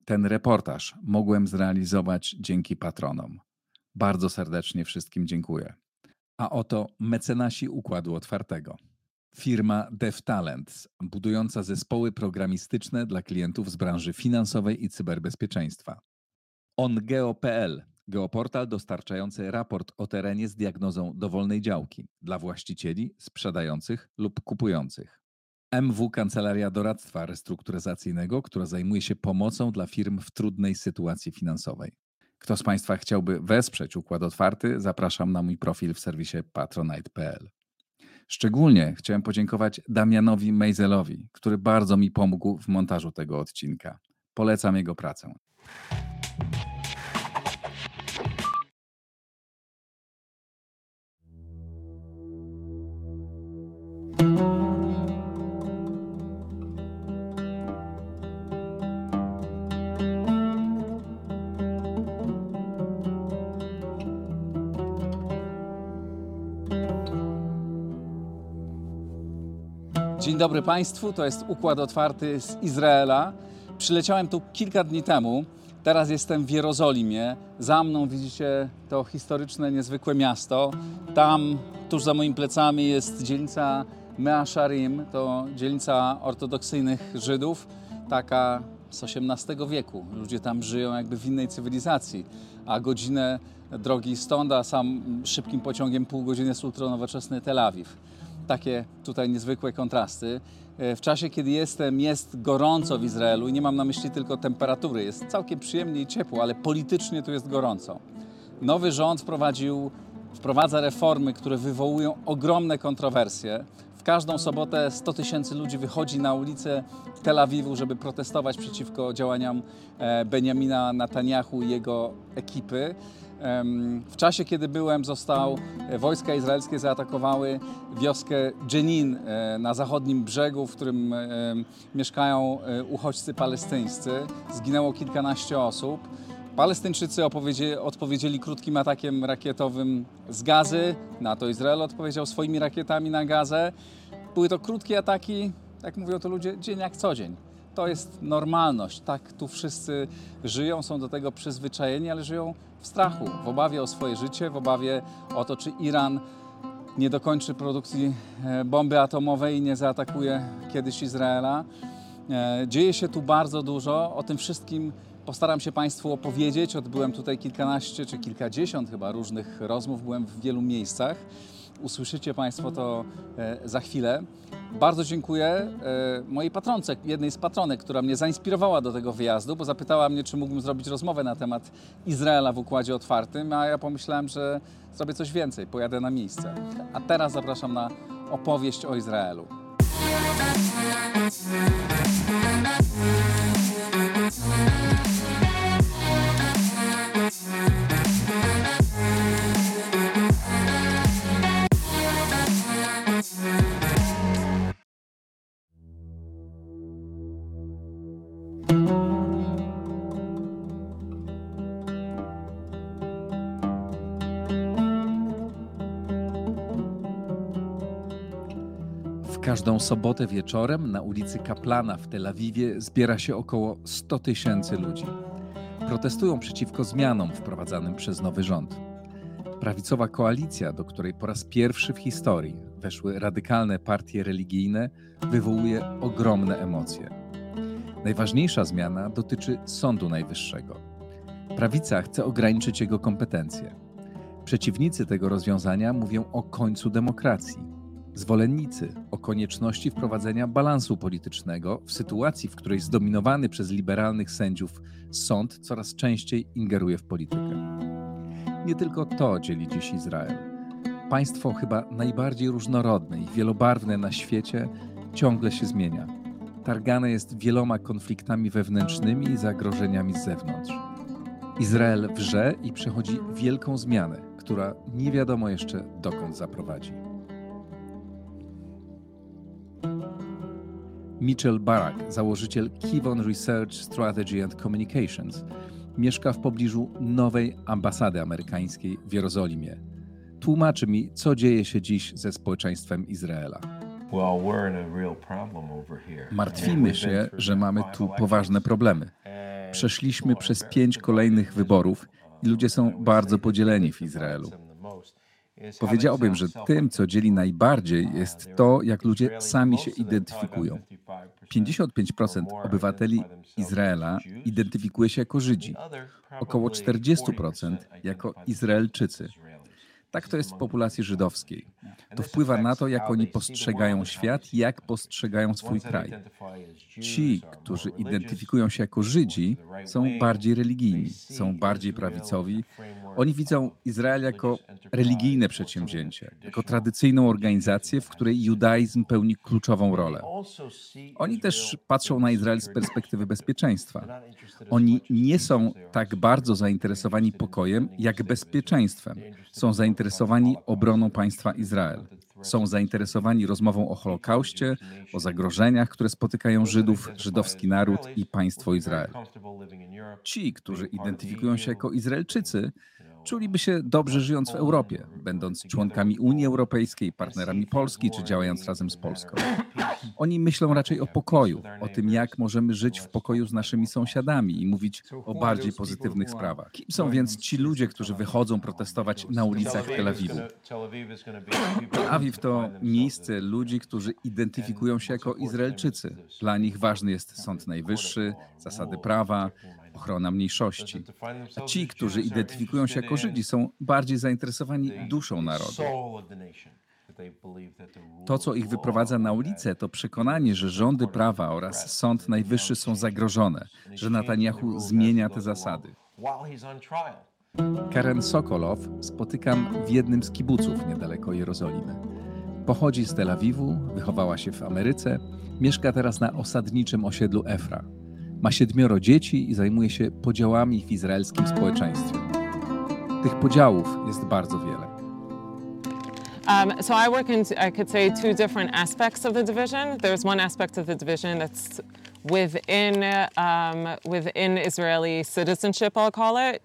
Ten reportaż mogłem zrealizować dzięki patronom. Bardzo serdecznie wszystkim dziękuję. A oto mecenasi Układu Otwartego. Firma DevTalent, budująca zespoły programistyczne dla klientów z branży finansowej i cyberbezpieczeństwa. OnGeo.pl, geoportal dostarczający raport o terenie z diagnozą dowolnej działki dla właścicieli, sprzedających lub kupujących. MW Kancelaria Doradztwa Restrukturyzacyjnego, która zajmuje się pomocą dla firm w trudnej sytuacji finansowej. Kto z Państwa chciałby wesprzeć Układ Otwarty, zapraszam na mój profil w serwisie patronite.pl. Szczególnie chciałem podziękować Damianowi Mejzelowi, który bardzo mi pomógł w montażu tego odcinka. Polecam jego pracę. Dzień dobry Państwu, to jest Układ Otwarty z Izraela. Przyleciałem tu kilka dni temu, teraz jestem w Jerozolimie. Za mną widzicie to historyczne, niezwykłe miasto. Tam, tuż za moimi plecami jest dzielnica Mea Shearim, to dzielnica ortodoksyjnych Żydów, taka z XVIII wieku. Ludzie tam żyją jakby w innej cywilizacji, a godzinę drogi stąd, a sam szybkim pociągiem pół godziny jest ultranowoczesny Tel Awiw. Takie tutaj niezwykłe kontrasty. W czasie, kiedy jest gorąco w Izraelu i nie mam na myśli tylko temperatury, jest całkiem przyjemnie i ciepło, ale politycznie tu jest gorąco. Nowy rząd wprowadza reformy, które wywołują ogromne kontrowersje. W każdą sobotę 100 000 ludzi wychodzi na ulicę Tel Awiwu, żeby protestować przeciwko działaniom Benjamina Netanyahu i jego ekipy. W czasie, kiedy wojska izraelskie zaatakowały wioskę Dżenin na zachodnim brzegu, w którym mieszkają uchodźcy palestyńscy. Zginęło kilkanaście osób. Palestyńczycy odpowiedzieli krótkim atakiem rakietowym z Gazy. Na to Izrael odpowiedział swoimi rakietami na Gazę. Były to krótkie ataki, jak mówią to ludzie, dzień jak co dzień. To jest normalność, tak tu wszyscy żyją, są do tego przyzwyczajeni, ale żyją w strachu, w obawie o swoje życie, w obawie o to, czy Iran nie dokończy produkcji bomby atomowej i nie zaatakuje kiedyś Izraela. Dzieje się tu bardzo dużo, o tym wszystkim postaram się Państwu opowiedzieć. Odbyłem tutaj kilkanaście czy kilkadziesiąt chyba różnych rozmów, byłem w wielu miejscach. Usłyszycie Państwo to za chwilę. Bardzo dziękuję mojej patronce, jednej z patronek, która mnie zainspirowała do tego wyjazdu, bo zapytała mnie, czy mógłbym zrobić rozmowę na temat Izraela w Układzie Otwartym, a ja pomyślałem, że zrobię coś więcej, pojadę na miejsce. A teraz zapraszam na opowieść o Izraelu. Każdą sobotę wieczorem na ulicy Kaplana w Tel Awiwie zbiera się około 100 000 ludzi. Protestują przeciwko zmianom wprowadzanym przez nowy rząd. Prawicowa koalicja, do której po raz pierwszy w historii weszły radykalne partie religijne, wywołuje ogromne emocje. Najważniejsza zmiana dotyczy Sądu Najwyższego. Prawica chce ograniczyć jego kompetencje. Przeciwnicy tego rozwiązania mówią o końcu demokracji. Zwolennicy o konieczności wprowadzenia balansu politycznego w sytuacji, w której zdominowany przez liberalnych sędziów sąd coraz częściej ingeruje w politykę. Nie tylko to dzieli dziś Izrael. Państwo chyba najbardziej różnorodne i wielobarwne na świecie ciągle się zmienia. Targane jest wieloma konfliktami wewnętrznymi i zagrożeniami z zewnątrz. Izrael wrze i przechodzi wielką zmianę, która nie wiadomo jeszcze dokąd zaprowadzi. Mitchell Barak, założyciel Kivon Research Strategy and Communications, mieszka w pobliżu nowej ambasady amerykańskiej w Jerozolimie. Tłumaczy mi, co dzieje się dziś ze społeczeństwem Izraela. Martwimy się, że mamy tu poważne problemy. Przeszliśmy przez 5 kolejnych wyborów i ludzie są bardzo podzieleni w Izraelu. Powiedziałbym, że tym, co dzieli najbardziej, jest to, jak ludzie sami się identyfikują. 55% obywateli Izraela identyfikuje się jako Żydzi, około 40% jako Izraelczycy. Tak to jest w populacji żydowskiej. To wpływa na to, jak oni postrzegają świat i jak postrzegają swój kraj. Ci, którzy identyfikują się jako Żydzi, są bardziej religijni, są bardziej prawicowi. Oni widzą Izrael jako religijne przedsięwzięcie, jako tradycyjną organizację, w której judaizm pełni kluczową rolę. Oni też patrzą na Izrael z perspektywy bezpieczeństwa. Oni nie są tak bardzo zainteresowani pokojem, jak bezpieczeństwem. Są zainteresowani obroną państwa Izrael. Są zainteresowani rozmową o Holokauście, o zagrożeniach, które spotykają Żydów, żydowski naród i państwo Izrael. Ci, którzy identyfikują się jako Izraelczycy, czuliby się dobrze żyjąc w Europie, będąc członkami Unii Europejskiej, partnerami Polski czy działając razem z Polską. Oni myślą raczej o pokoju, o tym, jak możemy żyć w pokoju z naszymi sąsiadami i mówić o bardziej pozytywnych sprawach. Kim są więc ci ludzie, którzy wychodzą protestować na ulicach Tel Awiwu? Tel Awiw to miejsce ludzi, którzy identyfikują się jako Izraelczycy. Dla nich ważny jest Sąd Najwyższy, zasady prawa, ochrona mniejszości. A ci, którzy identyfikują się jako Żydzi, są bardziej zainteresowani duszą narodu. To, co ich wyprowadza na ulicę, to przekonanie, że rządy prawa oraz Sąd Najwyższy są zagrożone, że Netanjahu zmienia te zasady. Karen Sokolow spotykam w jednym z kibuców niedaleko Jerozolimy. Pochodzi z Tel Awiwu, wychowała się w Ameryce, mieszka teraz na osadniczym osiedlu Efra. Ma 7 dzieci i zajmuje się podziałami w izraelskim społeczeństwie. Tych podziałów jest bardzo wiele. So I work in, I could say, 2 different aspects of the division. There's one aspect of the division that's within Israeli citizenship, I'll call it.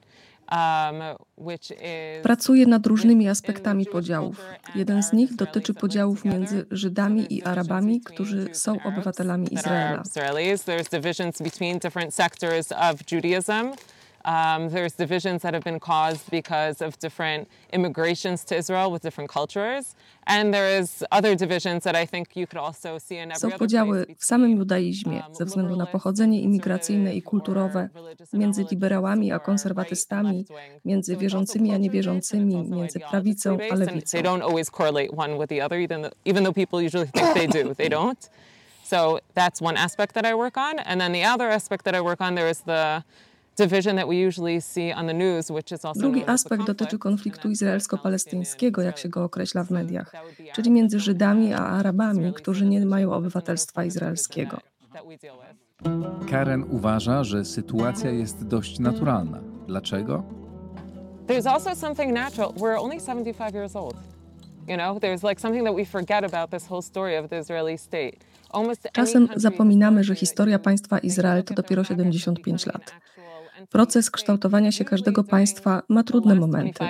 Pracuję nad różnymi aspektami podziałów. Jeden z nich dotyczy podziałów między Żydami i Arabami, którzy są obywatelami Izraela. There's divisions between different sectors of Judaism. There's divisions that have been caused because of different immigrations to Israel with different cultures. And there is other divisions that I think you could also see in every Są other podziały place w samym judaizmie ze względu na pochodzenie imigracyjne i kulturowe, między liberałami a konserwatystami, między wierzącymi a niewierzącymi, między prawicą a lewicą. They don't always correlate one with the other, even though people usually think they do. They don't. So that's one aspect that I work on. And then the other aspect that I work on, there is the division that we usually see on the news, which is also Drugi aspekt dotyczy konfliktu izraelsko-palestyńskiego, jak się go określa w mediach, czyli między Żydami a Arabami, którzy nie mają obywatelstwa izraelskiego. Karen uważa, że sytuacja jest dość naturalna. Dlaczego? There's also something natural. We're only 75 years old. You know, there's like something that we forget about this whole story of the Israeli state. Czasem zapominamy, że historia państwa Izrael to dopiero 75 lat. Proces kształtowania się każdego państwa ma trudne momenty.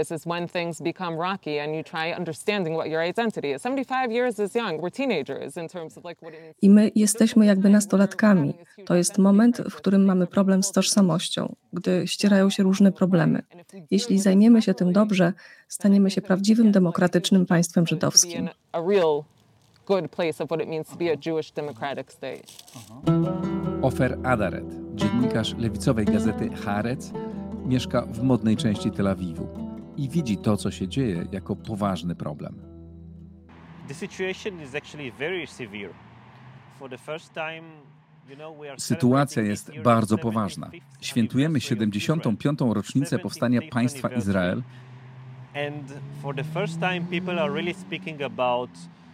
I my jesteśmy jakby nastolatkami. To jest moment, w którym mamy problem z tożsamością, gdy ścierają się różne problemy. Jeśli zajmiemy się tym dobrze, staniemy się prawdziwym demokratycznym państwem żydowskim. Ofer Adaret, dziennikarz lewicowej gazety Haaretz, mieszka w modnej części Tel Awiwu i widzi to, co się dzieje, jako poważny problem. Sytuacja jest bardzo poważna. Świętujemy 75. rocznicę powstania państwa Izrael. And for the first time people are really speaking about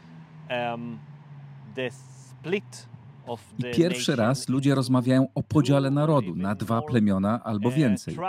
the split. I pierwszy raz ludzie rozmawiają o podziale narodu na 2 plemiona albo więcej.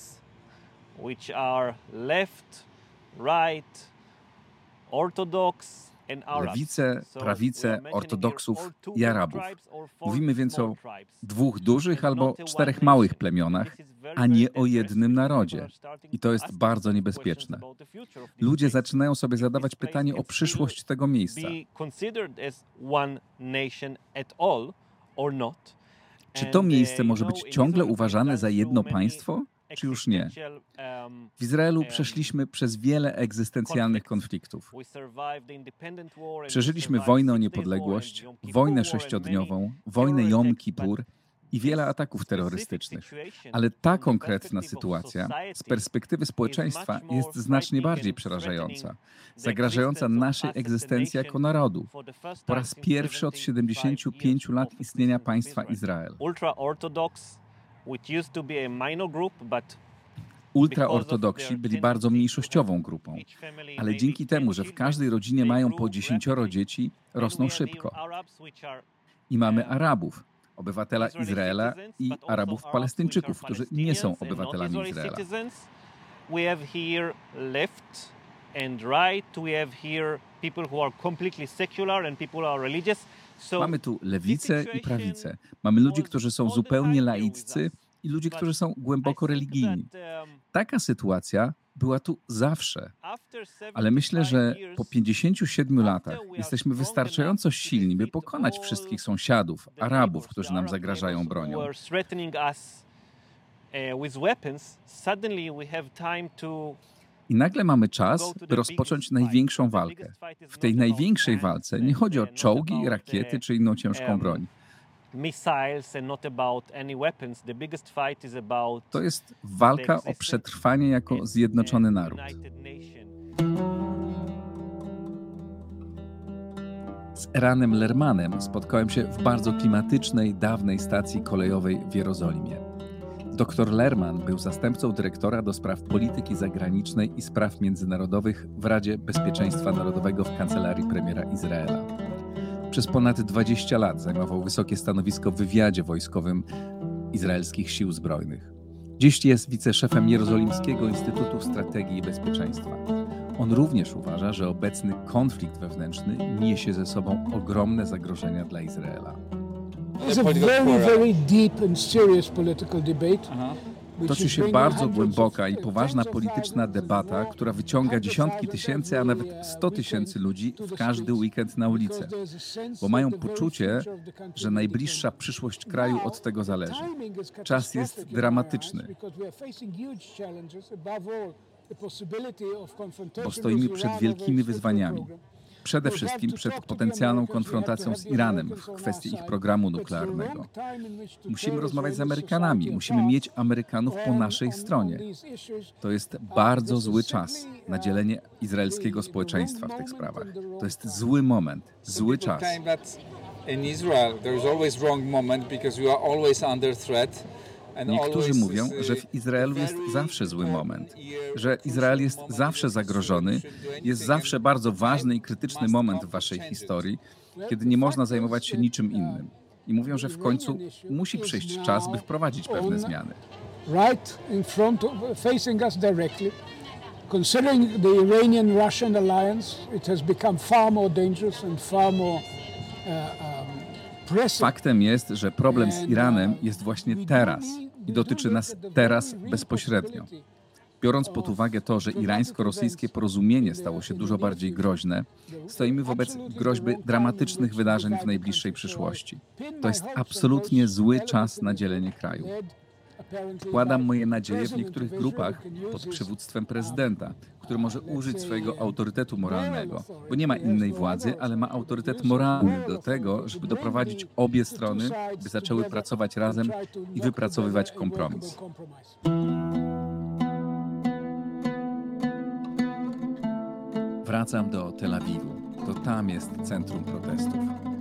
Lewice, prawicę, ortodoksów i Arabów. Mówimy więc o 2 dużych albo 4 małych plemionach, a nie o jednym narodzie. I to jest bardzo niebezpieczne. Ludzie zaczynają sobie zadawać pytanie o przyszłość tego miejsca. Czy to miejsce może być ciągle uważane za jedno państwo, czy już nie? W Izraelu przeszliśmy przez wiele egzystencjalnych konfliktów. Przeżyliśmy wojnę o niepodległość, wojnę sześciodniową, wojnę Jom Kippur i wiele ataków terrorystycznych. Ale ta konkretna sytuacja z perspektywy społeczeństwa jest znacznie bardziej przerażająca, zagrażająca naszej egzystencji jako narodu. Po raz pierwszy od 75 lat istnienia państwa Izrael. Ultraortodoksi byli bardzo mniejszościową grupą, ale dzięki temu, że w każdej rodzinie mają po 10 dzieci, rosną szybko. I mamy Arabów, obywatela Izraela i Arabów Palestyńczyków, którzy nie są obywatelami Izraela. Mamy tu lewicę i prawicę. Mamy ludzi, którzy są zupełnie laiccy i ludzi, którzy są głęboko religijni. Taka sytuacja była tu zawsze. Ale myślę, że po 57 latach jesteśmy wystarczająco silni, by pokonać wszystkich sąsiadów, Arabów, którzy nam zagrażają bronią. I nagle mamy czas, by rozpocząć największą walkę. W tej największej walce nie chodzi o czołgi, rakiety czy inną ciężką broń. To jest walka o przetrwanie jako zjednoczony naród. Z Eranem Lermanem spotkałem się w bardzo klimatycznej, dawnej stacji kolejowej w Jerozolimie. Dr Lerman był zastępcą dyrektora do spraw polityki zagranicznej i spraw międzynarodowych w Radzie Bezpieczeństwa Narodowego w kancelarii premiera Izraela. Przez ponad 20 lat zajmował wysokie stanowisko w wywiadzie wojskowym izraelskich sił zbrojnych. Dziś jest wiceszefem Jerozolimskiego Instytutu Strategii i Bezpieczeństwa. On również uważa, że obecny konflikt wewnętrzny niesie ze sobą ogromne zagrożenia dla Izraela. It's a very deep and serious political debate. Toczy się bardzo głęboka i poważna polityczna debata, która wyciąga dziesiątki tysięcy, a nawet 100 tysięcy ludzi w każdy weekend na ulicę, bo mają poczucie, że najbliższa przyszłość kraju od tego zależy. Czas jest dramatyczny, bo stoimy przed wielkimi wyzwaniami. Przede wszystkim przed potencjalną konfrontacją z Iranem w kwestii ich programu nuklearnego. Musimy rozmawiać z Amerykanami, musimy mieć Amerykanów po naszej stronie. To jest bardzo zły czas na dzielenie izraelskiego społeczeństwa w tych sprawach. To jest zły moment, zły czas. Niektórzy mówią, że w Izraelu jest zawsze zły moment, że Izrael jest zawsze zagrożony, jest zawsze bardzo ważny i krytyczny moment w waszej historii, kiedy nie można zajmować się niczym innym. I mówią, że w końcu musi przyjść czas, by wprowadzić pewne zmiany. Right in front of, facing us directly. Considering the Iranian-Russian alliance, it has become far more dangerous and far more Faktem jest, że problem z Iranem jest właśnie teraz i dotyczy nas teraz bezpośrednio. Biorąc pod uwagę to, że irańsko-rosyjskie porozumienie stało się dużo bardziej groźne, stoimy wobec groźby dramatycznych wydarzeń w najbliższej przyszłości. To jest absolutnie zły czas na dzielenie kraju. Wkładam moje nadzieje w niektórych grupach pod przywództwem prezydenta, który może użyć swojego autorytetu moralnego, bo nie ma innej władzy, ale ma autorytet moralny do tego, żeby doprowadzić obie strony, by zaczęły pracować razem i wypracowywać kompromis. Wracam do Tel Awiwu. To tam jest centrum protestów.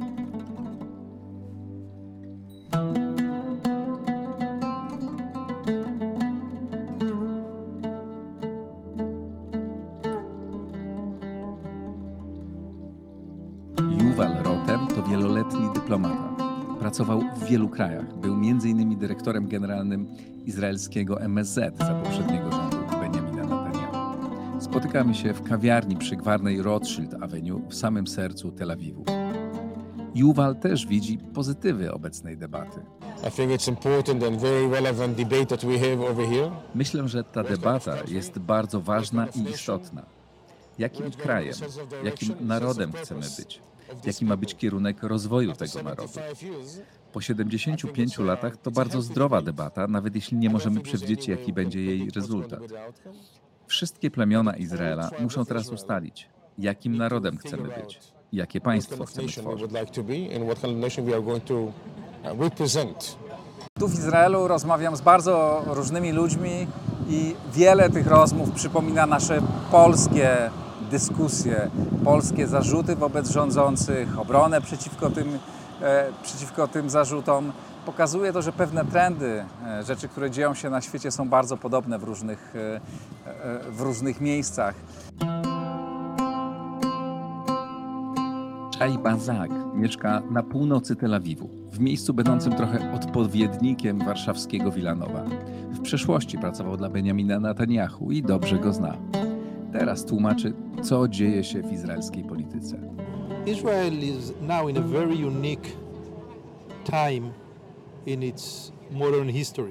Yuval Rotem to wieloletni dyplomata. Pracował w wielu krajach. Był m.in. dyrektorem generalnym izraelskiego MSZ za poprzedniego rządu Benjamina Netanyahu. Spotykamy się w kawiarni przy gwarnej Rothschild Avenue w samym sercu Tel Awiwu. Yuval też widzi pozytywy obecnej debaty. Myślę, że ta debata jest bardzo ważna i istotna. Jakim krajem, jakim narodem chcemy być? jaki ma być kierunek rozwoju tego narodu. Po 75 latach to bardzo zdrowa debata, nawet jeśli nie możemy przewidzieć, jaki będzie jej rezultat. Wszystkie plemiona Izraela muszą teraz ustalić, jakim narodem chcemy być, jakie państwo chcemy tworzyć. Tu w Izraelu rozmawiam z bardzo różnymi ludźmi i wiele tych rozmów przypomina nasze polskie dyskusje, polskie zarzuty wobec rządzących, obronę przeciwko tym zarzutom. Pokazuje to, że pewne trendy, rzeczy, które dzieją się na świecie, są bardzo podobne w różnych miejscach. Shai Bazak mieszka na północy Tel Awiwu, w miejscu będącym trochę odpowiednikiem warszawskiego Wilanowa. W przeszłości pracował dla Benjamina Netanyahu i dobrze go zna. Teraz tłumaczy, co dzieje się w izraelskiej polityce. Israel is now in a very unique time in its modern history.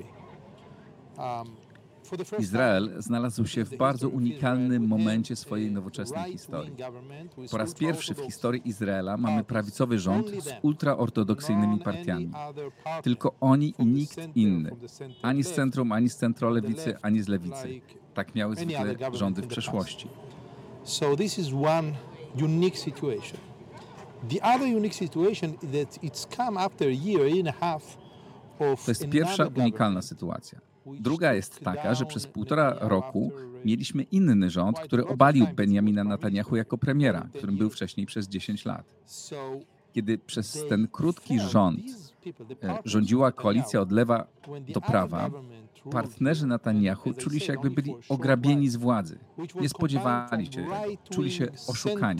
Izrael znalazł się w bardzo unikalnym momencie swojej nowoczesnej historii. Po raz pierwszy w historii Izraela mamy prawicowy rząd z ultraortodoksyjnymi partiami. Tylko oni i nikt inny. Ani z centrum, ani z centrolewicy, ani z lewicy. Tak miały zwykle rządy w przeszłości. So this is one unique situation. The other unique situation that it's come after a year and a half of To jest pierwsza unikalna sytuacja. Druga jest taka, że przez 1,5 roku mieliśmy inny rząd, który obalił Benjamina Netanyahu jako premiera, którym był wcześniej przez 10 lat. Kiedy przez ten krótki rząd rządziła koalicja od lewa do prawa, partnerzy Netanyahu czuli się, jakby byli ograbieni z władzy. Nie spodziewali się tego, czuli się oszukani.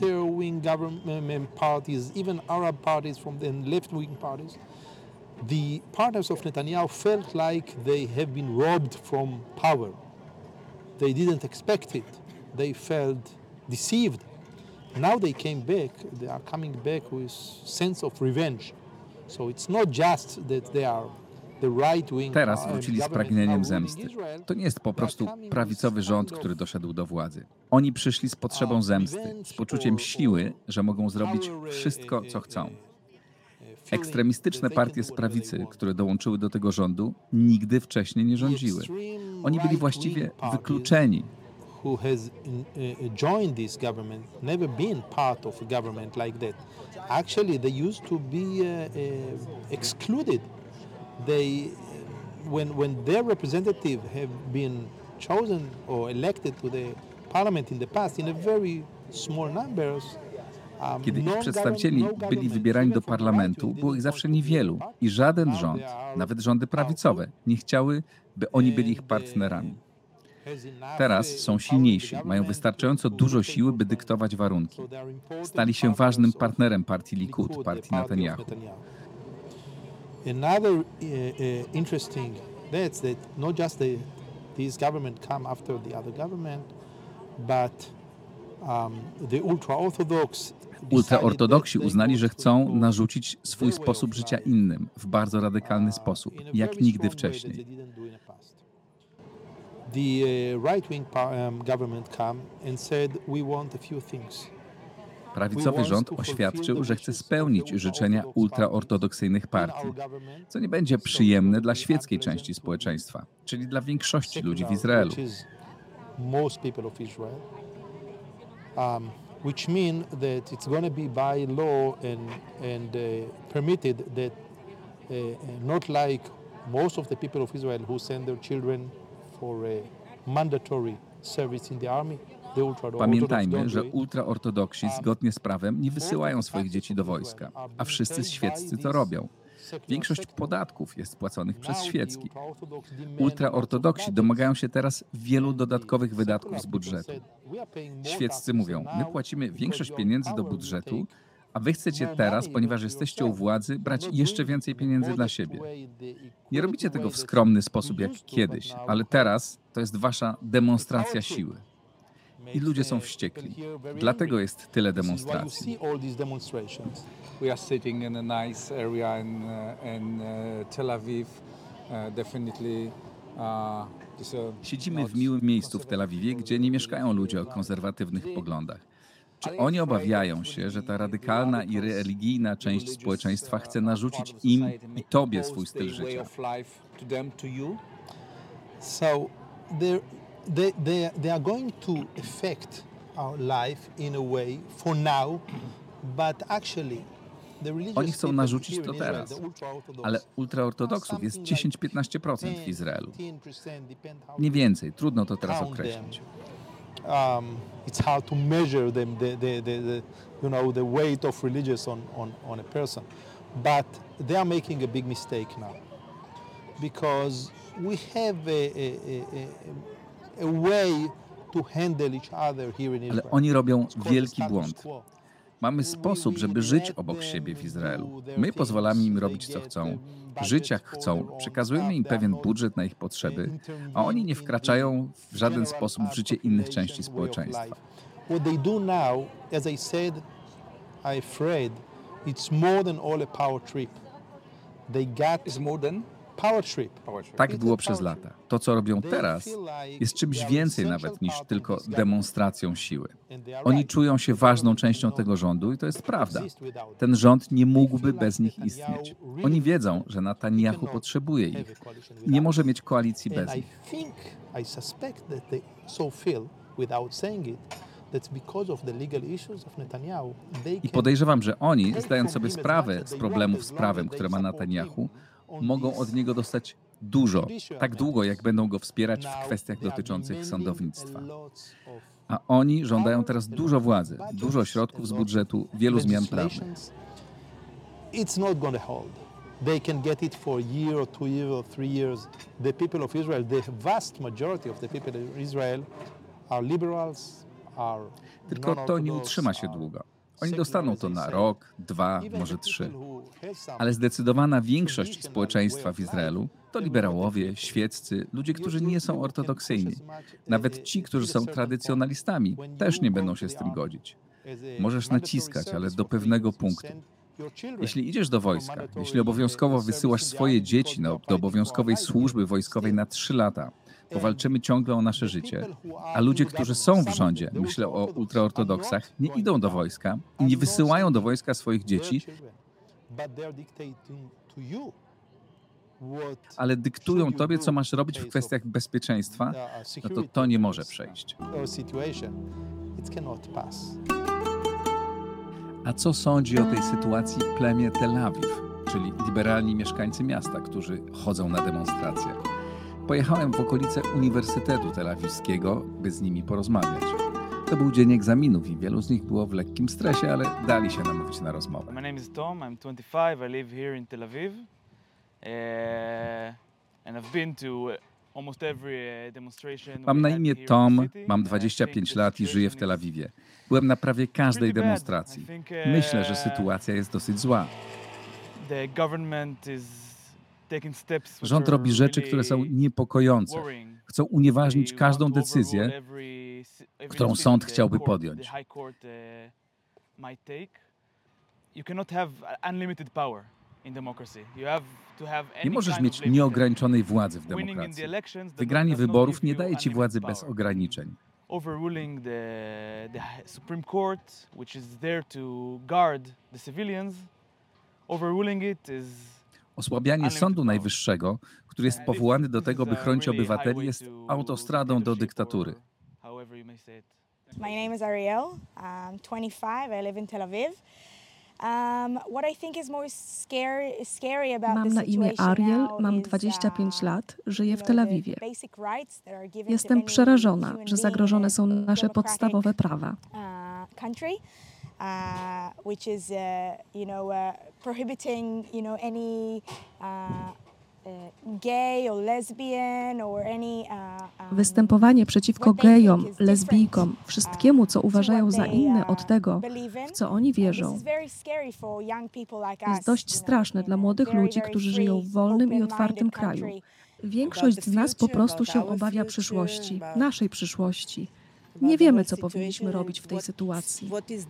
The partners of Netanyahu felt like they have been robbed from power. They didn't expect it. They felt deceived. Now they came back. They are coming back with sense of revenge. So it's not just that they are the right-wing. Teraz wrócili z pragnieniem zemsty. To nie jest po prostu prawicowy rząd, który doszedł do władzy. Oni przyszli z potrzebą zemsty, z poczuciem siły, że mogą zrobić wszystko, co chcą. Ekstremistyczne partie z prawicy, które dołączyły do tego rządu, nigdy wcześniej nie rządziły. Oni byli właściwie wykluczeni. Who has joined this government never been part of a government like that. Actually, they used to be excluded. They, when their representatives have been chosen or elected to the parliament in the past in a very small numbers. Kiedy ich przedstawicieli byli wybierani do parlamentu, było ich zawsze niewielu i żaden rząd, nawet rządy prawicowe, nie chciały, by oni byli ich partnerami. Teraz są silniejsi, mają wystarczająco dużo siły, by dyktować warunki. Stali się ważnym partnerem partii Likud, partii Netanyahu. Another interesting that's that not just this government come after the other government, but the ultra-orthodox. Ultraortodoksi uznali, że chcą narzucić swój sposób życia innym w bardzo radykalny sposób, jak nigdy wcześniej. Prawicowy rząd oświadczył, że chce spełnić życzenia ultraortodoksyjnych partii, co nie będzie przyjemne dla świeckiej części społeczeństwa, czyli dla większości ludzi w Izraelu. Which mean that it's going to be by law and permitted that not like most of the people of Israel who send their children for a mandatory service in the army. Pamiętajmy, że ultraortodoksi zgodnie z prawem nie wysyłają swoich dzieci do wojska, a wszyscy świeccy to robią. Większość podatków jest płaconych przez świeckich. Ultraortodoksi domagają się teraz wielu dodatkowych wydatków z budżetu. Świeccy mówią, my płacimy większość pieniędzy do budżetu, a wy chcecie teraz, ponieważ jesteście u władzy, brać jeszcze więcej pieniędzy dla siebie. Nie robicie tego w skromny sposób jak kiedyś, ale teraz to jest wasza demonstracja siły. I ludzie są wściekli. Dlatego jest tyle demonstracji. We are sitting in a nice area in Tel Aviv. Definitely. Siedzimy w miłym miejscu w Tel Awiwie, gdzie nie mieszkają ludzie o konserwatywnych poglądach. Czy oni obawiają się, że ta radykalna i religijna część społeczeństwa chce narzucić im i tobie swój styl życia? So they are going to affect our life in a way for now, but actually the religious Oni chcą people narzucić here to in Israel, teraz, the ultra-Orthodox, ale ultraortodoksów are jest something like 10-15% w Izraelu. 10%, depend how Nie you więcej, trudno to teraz count określić. them. It's hard to measure them, you know, the weight of religious on a person. But they are making a big mistake now because we have a way to handle each other here in Ale Israel. oni robią It's called the wielki status błąd. quo. Mamy sposób, żeby żyć obok siebie w Izraelu. My pozwalamy im robić co chcą, żyć jak chcą, przekazujemy im pewien budżet na ich potrzeby, a oni nie wkraczają w żaden sposób w życie innych części społeczeństwa. What they do now, as I said, I'm afraid, it's more than all a power trip. They got It's more than power trip. Tak było przez lata. To, co robią teraz, jest czymś więcej nawet niż tylko demonstracją siły. Oni czują się ważną częścią tego rządu i to jest prawda. Ten rząd nie mógłby bez nich istnieć. Oni wiedzą, że Netanyahu potrzebuje ich. Nie może mieć koalicji bez And I nich. think, I suspect that they so feel, without saying it, that's because of the legal issues of Netanyahu. They I can podejrzewam, że oni, zdając sobie sprawę z problemów z prawem, które ma Netanyahu, mogą od niego dostać dużo, tak długo, jak będą go wspierać w kwestiach dotyczących sądownictwa. A oni żądają teraz dużo władzy, dużo środków z budżetu, wielu zmian prawnych. It's not going to hold. They can get it for a year or 2 years or 3 years. The people of Israel, the vast majority of the people of Israel are liberals, are Tylko to nie utrzyma się długo. Oni dostaną to na rok, 2, może 3. Ale zdecydowana większość społeczeństwa w Izraelu to liberałowie, świeccy, ludzie, którzy nie są ortodoksyjni. Nawet ci, którzy są tradycjonalistami, też nie będą się z tym godzić. Możesz naciskać, ale do pewnego punktu. Jeśli idziesz do wojska, jeśli obowiązkowo wysyłasz swoje dzieci do obowiązkowej służby wojskowej na 3 lata, powalczymy ciągle o nasze życie, a ludzie, którzy są w rządzie, myślę o ultraortodoksach, nie idą do wojska i nie wysyłają do wojska swoich dzieci, ale dyktują tobie, co masz robić w kwestiach bezpieczeństwa, no to to nie może przejść. A co sądzi o tej sytuacji plemię Tel Awiw, czyli liberalni mieszkańcy miasta, którzy chodzą na demonstracje? Pojechałem w okolice Uniwersytetu Tel Awiwskiego, by z nimi porozmawiać. To był dzień egzaminów i wielu z nich było w lekkim stresie, ale dali się namówić na rozmowę. My name is Tom, I'm 25, I live here in Tel Aviv. And I've been to almost every demonstration. Mam na imię Tom, mam 25 lat i żyję w Tel Awiwie. Byłem na prawie każdej demonstracji. Myślę, że sytuacja jest dosyć zła. Rząd robi rzeczy, które są niepokojące. Chcą unieważnić każdą decyzję, którą sąd chciałby podjąć. Nie możesz mieć nieograniczonej władzy w demokracji. Wygranie wyborów nie daje ci władzy bez ograniczeń. Overruling the Supreme Court, which is there to guard the civilians, overruling it is Osłabianie Sądu Najwyższego, który jest powołany do tego, by chronić obywateli, jest autostradą do dyktatury. My name is Ariel. I'm 25. I live in Tel Aviv. What I think is more scary about Mam the na imię situation Ariel, now mam is, 25 lat, żyję you w know, Tel the Awiwie. basic rights that are given to Jestem any przerażona, human że being zagrożone in są a nasze democratic, podstawowe prawa. country, which is, prohibiting, any gay or lesbian or any Występowanie przeciwko gejom, lesbijkom, wszystkiemu, co uważają za inne od tego, w co oni wierzą, jest dość straszne dla młodych ludzi, którzy żyją w wolnym i otwartym kraju. Większość z nas po prostu się obawia przyszłości, naszej przyszłości. Nie wiemy, co powinniśmy robić w tej sytuacji.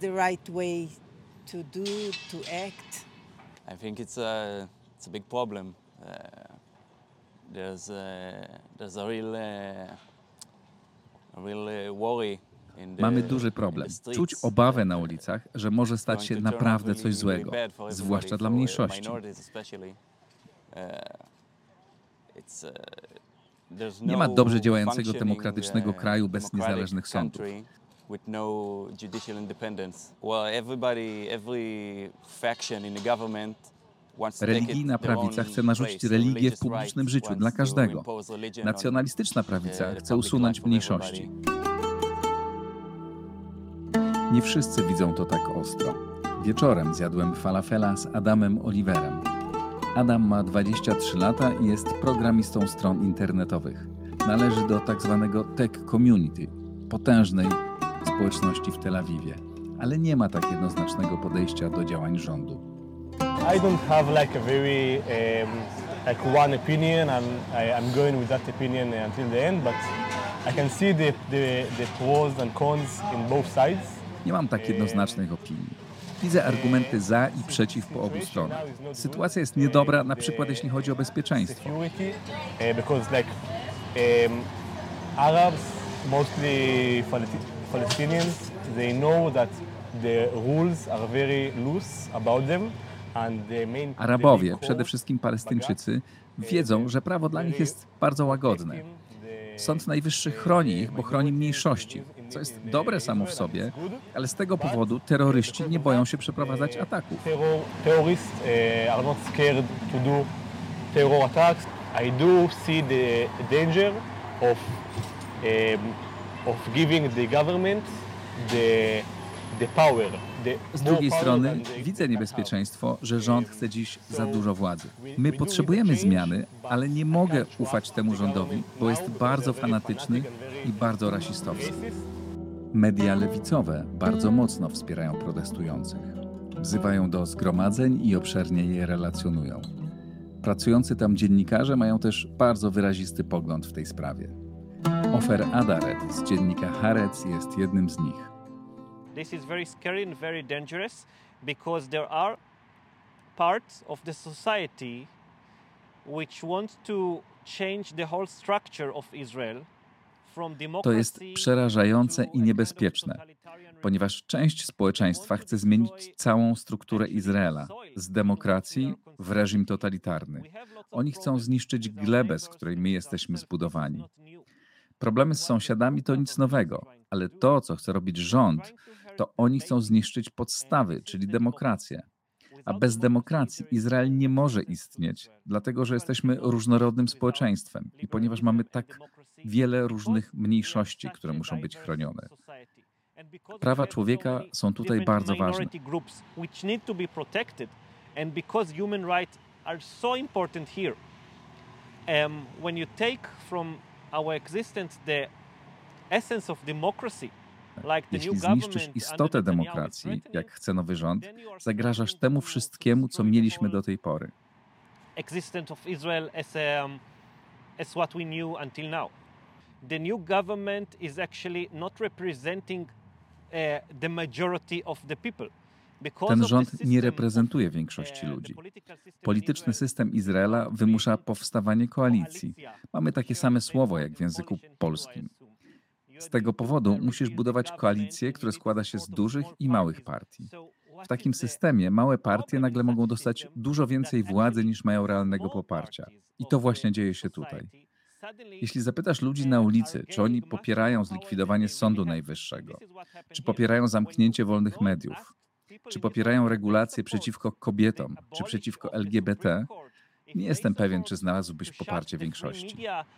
I think it's a big problem. There's a real worry Mamy duży problem. Czuć obawę na ulicach, że może stać się naprawdę coś złego, zwłaszcza dla mniejszości. Nie ma dobrze działającego demokratycznego kraju bez niezależnych sądów. Religijna prawica chce narzucić religię w publicznym życiu dla każdego. Nacjonalistyczna prawica chce usunąć mniejszości. Nie wszyscy widzą to tak ostro. Wieczorem zjadłem falafela z Adamem Oliverem. Adam ma 23 lata i jest programistą stron internetowych. Należy do tak zwanego tech community, potężnej społeczności w Tel Awiwie, ale nie ma tak jednoznacznego podejścia do działań rządu. I don't have like a very like one opinion and I'm going with that opinion until the end, but I can see the pros and cons in both sides. Nie mam tak jednoznacznych opinii. Widzę argumenty za i przeciw po obu stronach. Sytuacja jest niedobra, na przykład jeśli chodzi o bezpieczeństwo. Because like Arabs, mostly Palestinians, they know that the rules are very loose about them. Arabowie, przede wszystkim Palestyńczycy, wiedzą, że prawo dla nich jest bardzo łagodne. Sąd Najwyższy chroni ich, bo chroni mniejszości, co jest dobre samo w sobie, ale z tego powodu terroryści nie boją się przeprowadzać ataków. Terrorists are not scared to do terror attacks. I do see the danger of giving the government the power. Z drugiej strony widzę niebezpieczeństwo, że rząd chce dziś za dużo władzy. My potrzebujemy zmiany, ale nie mogę ufać temu rządowi, bo jest bardzo fanatyczny i bardzo rasistowski. Media lewicowe bardzo mocno wspierają protestujących. Wzywają do zgromadzeń i obszernie je relacjonują. Pracujący tam dziennikarze mają też bardzo wyrazisty pogląd w tej sprawie. Ofer Adaret z dziennika Haaretz jest jednym z nich. This is very scary and very dangerous because there are parts of the society which want to change the whole structure of Israel from democracy. To jest przerażające i niebezpieczne, ponieważ część społeczeństwa chce zmienić całą strukturę Izraela z demokracji w reżim totalitarny. Oni chcą zniszczyć glebę, z której my jesteśmy zbudowani. Problemy z sąsiadami to nic nowego, ale to, co chce robić rząd, to oni chcą zniszczyć podstawy, czyli demokrację. A bez demokracji Izrael nie może istnieć, dlatego że jesteśmy różnorodnym społeczeństwem i ponieważ mamy tak wiele różnych mniejszości, które muszą być chronione. Prawa człowieka są tutaj bardzo ważne. Jeśli zniszczysz istotę demokracji, jak chce nowy rząd, zagrażasz temu wszystkiemu, co mieliśmy do tej pory. The new government is actually not representing the majority of the people. Ten rząd nie reprezentuje większości ludzi. Polityczny system Izraela wymusza powstawanie koalicji. Mamy takie same słowo jak w języku polskim. Z tego powodu musisz budować koalicję, która składa się z dużych i małych partii. W takim systemie małe partie nagle mogą dostać dużo więcej władzy niż mają realnego poparcia. I to właśnie dzieje się tutaj. Jeśli zapytasz ludzi na ulicy, czy oni popierają zlikwidowanie Sądu Najwyższego, czy popierają zamknięcie wolnych mediów, czy popierają regulacje przeciwko kobietom, czy przeciwko LGBT, nie jestem pewien, czy znalazłbyś poparcie większości.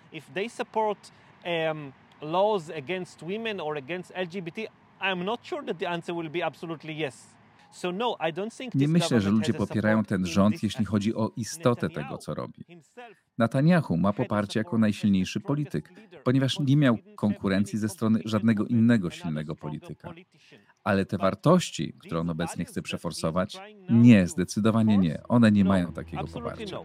Laws against women or against LGBT, I'm not sure that the answer will be absolutely yes. So no, I don't think nie myślę, że ludzie popierają ten rząd, jeśli chodzi o istotę tego, co robi. Netanyahu ma poparcie jako najsilniejszy polityk, ponieważ nie miał konkurencji ze strony żadnego innego silnego polityka. Ale te wartości, które on obecnie chce przeforsować, nie, zdecydowanie nie. One nie mają takiego poparcia.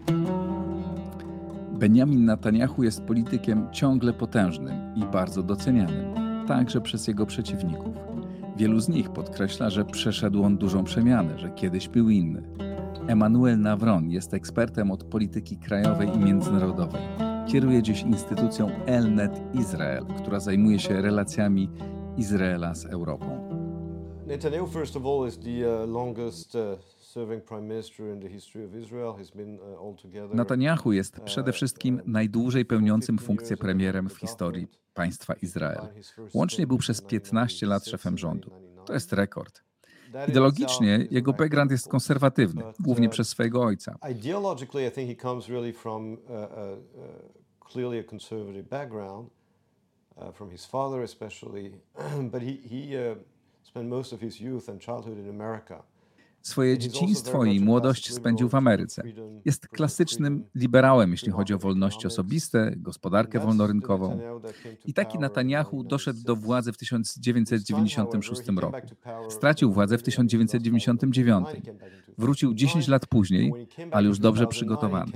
Benjamin Netanyahu jest politykiem ciągle potężnym i bardzo docenianym, także przez jego przeciwników. Wielu z nich podkreśla, że przeszedł on dużą przemianę, że kiedyś był inny. Emmanuel Navron jest ekspertem od polityki krajowej i międzynarodowej. Kieruje dziś instytucją Elnet Israel, która zajmuje się relacjami Izraela z Europą. Netanyahu, first of all, is the longest serving prime minister in the history of Israel. He's been altogether. Netanyahu jest przede wszystkim najdłużej pełniącym funkcję premierem w historii państwa Izrael. Łącznie był przez 15 lat szefem rządu. To jest rekord. Ideologicznie jego background jest konserwatywny, głównie przez swojego ojca. Ideologically, I think he comes really from clearly a conservative background, from his father especially, but he spent most of his youth and childhood in America. Swoje dzieciństwo i młodość spędził w Ameryce. Jest klasycznym liberałem, jeśli chodzi o wolności osobiste, gospodarkę wolnorynkową. I taki Netanyahu doszedł do władzy w 1996 roku. Stracił władzę w 1999. Wrócił 10 lat później, ale już dobrze przygotowany.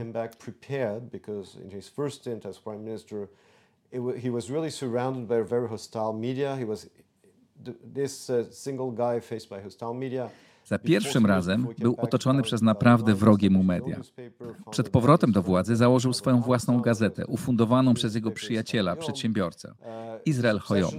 He was really surrounded by very hostile media. He was this single guy faced by hostile media. Za pierwszym razem był otoczony przez naprawdę wrogie mu media. Przed powrotem do władzy założył swoją własną gazetę, ufundowaną przez jego przyjaciela, przedsiębiorcę, Israel Hayom.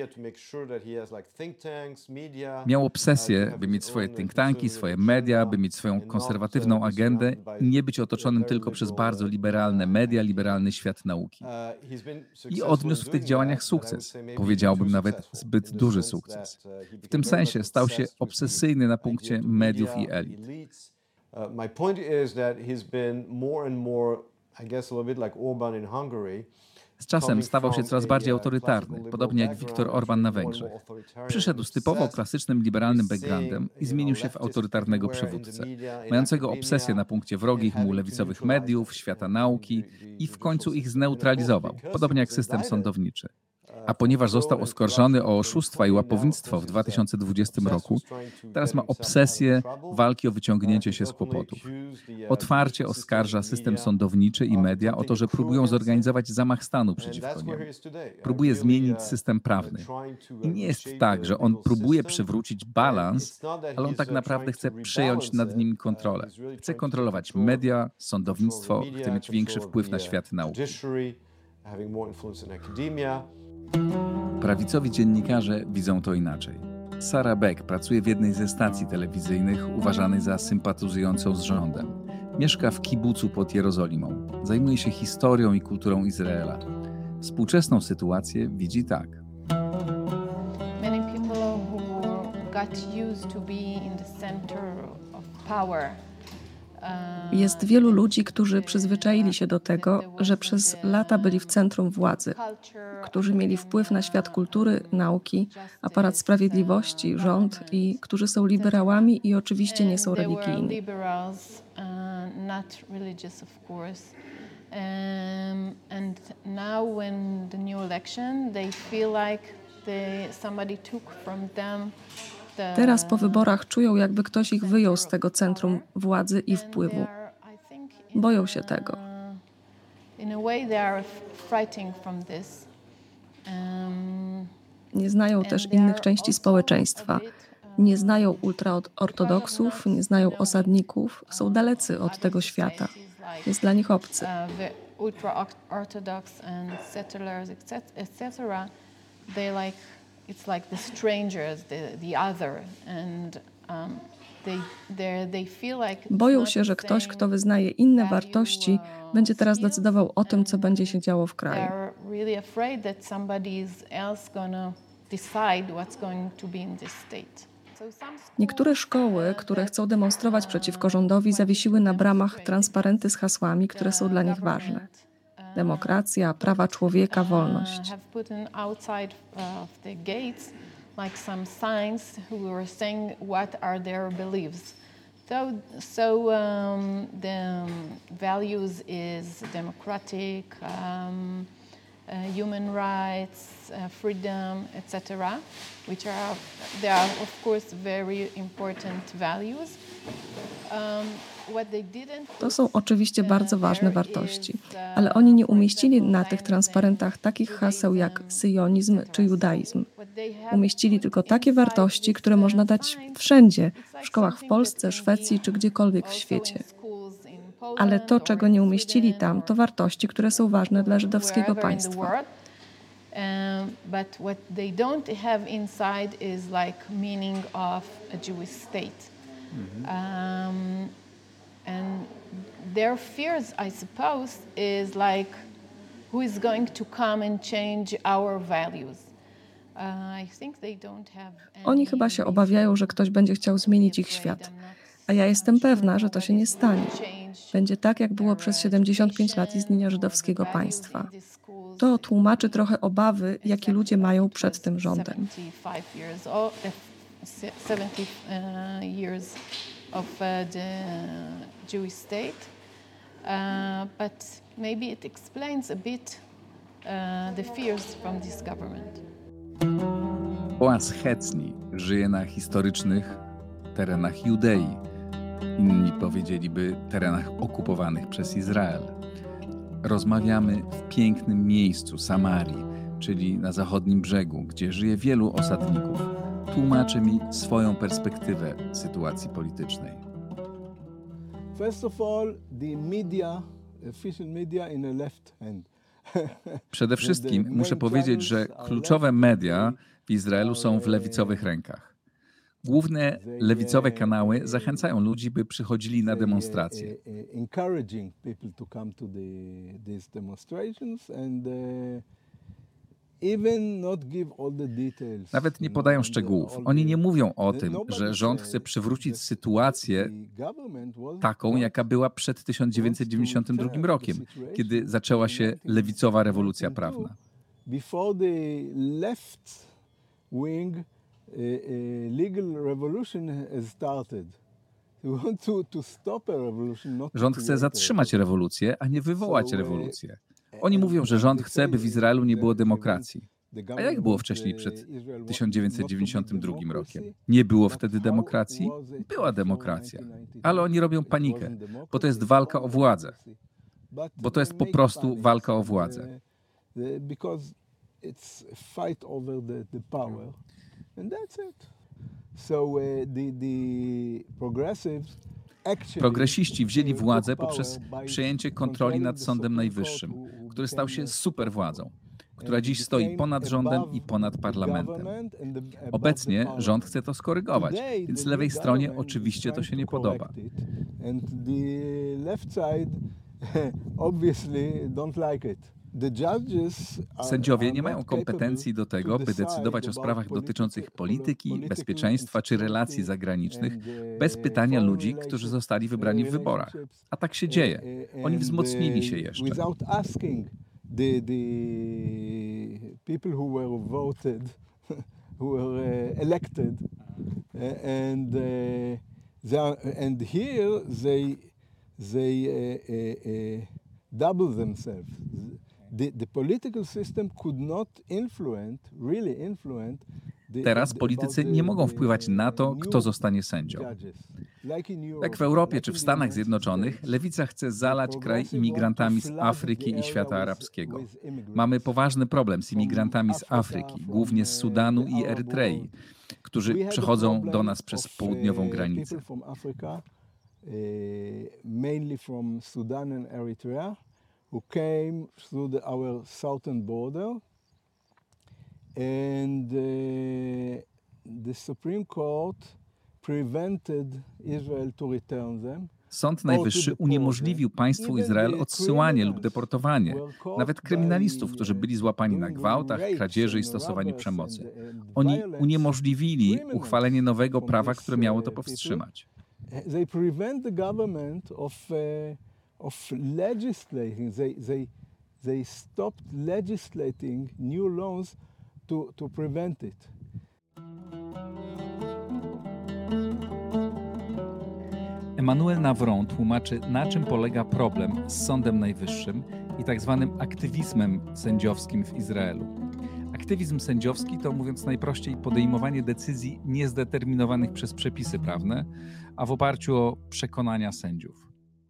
Miał obsesję, by mieć swoje think tanki, swoje media, by mieć swoją konserwatywną agendę i nie być otoczonym tylko przez bardzo liberalne media, liberalny świat nauki. I odniósł w tych działaniach sukces. Powiedziałbym nawet zbyt duży sukces. W tym sensie stał się obsesyjny na punkcie mediów i elit. My point is that he's been more and more, I guess a little bit like Orban in Hungary. Z czasem stawał się coraz bardziej autorytarny, podobnie jak Viktor Orban na Węgrzech. Przyszedł z typowo klasycznym liberalnym backgroundem i zmienił się w autorytarnego przywódcę, mającego obsesję na punkcie wrogich mu lewicowych mediów, świata nauki i w końcu ich zneutralizował, podobnie jak system sądowniczy. A ponieważ został oskarżony o oszustwa i łapownictwo w 2020 roku, teraz ma obsesję walki o wyciągnięcie się z kłopotów. Otwarcie oskarża system sądowniczy i media o to, że próbują zorganizować zamach stanu przeciwko niemu. Próbuje zmienić system prawny. I nie jest tak, że on próbuje przywrócić balans, ale on tak naprawdę chce przejąć nad nimi kontrolę. Chce kontrolować media, sądownictwo, chce mieć większy wpływ na świat nauki. Prawicowi dziennikarze widzą to inaczej. Sarah Beck pracuje w jednej ze stacji telewizyjnych uważanej za sympatyzującą z rządem. Mieszka w kibucu pod Jerozolimą. Zajmuje się historią i kulturą Izraela. Współczesną sytuację widzi tak. Many people who got used to be in the center of power. Jest wielu ludzi, którzy przyzwyczaili się do tego, że przez lata byli w centrum władzy, którzy mieli wpływ na świat kultury, nauki, aparat sprawiedliwości, rząd i którzy są liberałami i oczywiście nie są religijni. And now when the new election, they feel like somebody took from them. Teraz po wyborach czują, jakby ktoś ich wyjął z tego centrum władzy i wpływu. Boją się tego. Nie znają też innych części społeczeństwa. Nie znają ultraortodoksów, nie znają osadników. Są dalecy od tego świata. Jest dla nich obcy. Ultra-Orthodox and settlers, etc. They like it's like the strangers, the other, and they feel like. Boją się, że ktoś, kto wyznaje inne wartości, będzie teraz decydował o tym, co będzie się działo w kraju. Really afraid that somebody else gonna decide what's going to be in this state. Niektóre szkoły, które chcą demonstrować przeciwko rządowi, zawiesiły na bramach transparenty z hasłami, które są dla nich ważne. Demokracja, prawa człowieka, wolność. Have put outside of the gates like some signs who were saying what are their beliefs. So the values is democratic, human rights, freedom, etc., which they are of course very important values. To są oczywiście bardzo ważne wartości, ale oni nie umieścili na tych transparentach takich haseł jak syjonizm czy judaizm. Umieścili tylko takie wartości, które można dać wszędzie, w szkołach w Polsce, Szwecji czy gdziekolwiek w świecie. Ale to, czego nie umieścili tam, to wartości, które są ważne dla żydowskiego państwa. But what they don't have inside is like meaning of a Jewish state. And their fears, I suppose, is like, who is going to come and change our values? I think they don't have Oni chyba się obawiają, że ktoś będzie chciał zmienić ich świat. A ja jestem pewna, że to się nie stanie. Będzie tak, jak było przez 75 lat istnienia żydowskiego państwa. To tłumaczy trochę obawy, jakie ludzie mają przed tym rządem. 70 years of the Jewish state, but maybe it explains a bit the fears from this government. Boaz Hecni żyje na historycznych terenach Judei. Inni powiedzieliby terenach okupowanych przez Izrael. Rozmawiamy w pięknym miejscu Samarii, czyli na zachodnim brzegu, gdzie żyje wielu osadników. Tłumaczy mi swoją perspektywę sytuacji politycznej. First of all, the media, official media in a left hand. Przede wszystkim muszę powiedzieć, że kluczowe media w Izraelu są w lewicowych rękach. Główne lewicowe kanały zachęcają ludzi, by przychodzili na demonstracje. Nawet nie podają szczegółów. Oni nie mówią o tym, że rząd chce przywrócić sytuację taką, jaka była przed 1992 rokiem, kiedy zaczęła się lewicowa rewolucja prawna. Rząd chce zatrzymać rewolucję, a nie wywołać rewolucję. Oni mówią, że rząd chce, by w Izraelu nie było demokracji. A jak było wcześniej, przed 1992 rokiem? Nie było wtedy demokracji? Była demokracja. Ale oni robią panikę, bo to jest walka o władzę. Bo to jest po prostu walka o władzę. Progresiści wzięli władzę poprzez przejęcie kontroli nad Sądem Najwyższym, który stał się superwładzą, która dziś stoi ponad rządem i ponad parlamentem. Obecnie rząd chce to skorygować, więc lewej stronie oczywiście to się nie podoba. Sędziowie nie mają kompetencji do tego, by decydować o sprawach dotyczących polityki, bezpieczeństwa czy relacji zagranicznych bez pytania ludzi, którzy zostali wybrani w wyborach. A tak się dzieje. Oni wzmocnili się jeszcze. Double themselves. The political system could not really influence. Teraz politycy nie mogą wpływać na to, kto zostanie sędzią. Jak w Europie czy w Stanach Zjednoczonych, lewica chce zalać kraj imigrantami z Afryki i świata arabskiego. Mamy poważny problem z imigrantami z Afryki, głównie z Sudanu i Erytrei, którzy przechodzą do nas przez południową granicę. Mainly from Sudan and Eritrea, who came through our southern border, and the Supreme Court prevented Israel to return them. Sąd Najwyższy uniemożliwił państwu Izrael odsyłanie lub deportowanie, nawet kryminalistów, którzy byli złapani na gwałtach, kradzieży i stosowaniu przemocy. Oni uniemożliwili uchwalenie nowego prawa, które miało to powstrzymać. They prevent the government of legislating. They stopped legislating new laws to prevent it. Emmanuel Navron tłumaczy, na czym polega problem z Sądem Najwyższym i tak zwanym aktywizmem sędziowskim w Izraelu. Aktywizm sędziowski to, mówiąc najprościej, podejmowanie decyzji niezdeterminowanych przez przepisy prawne, a w oparciu o przekonania sędziów.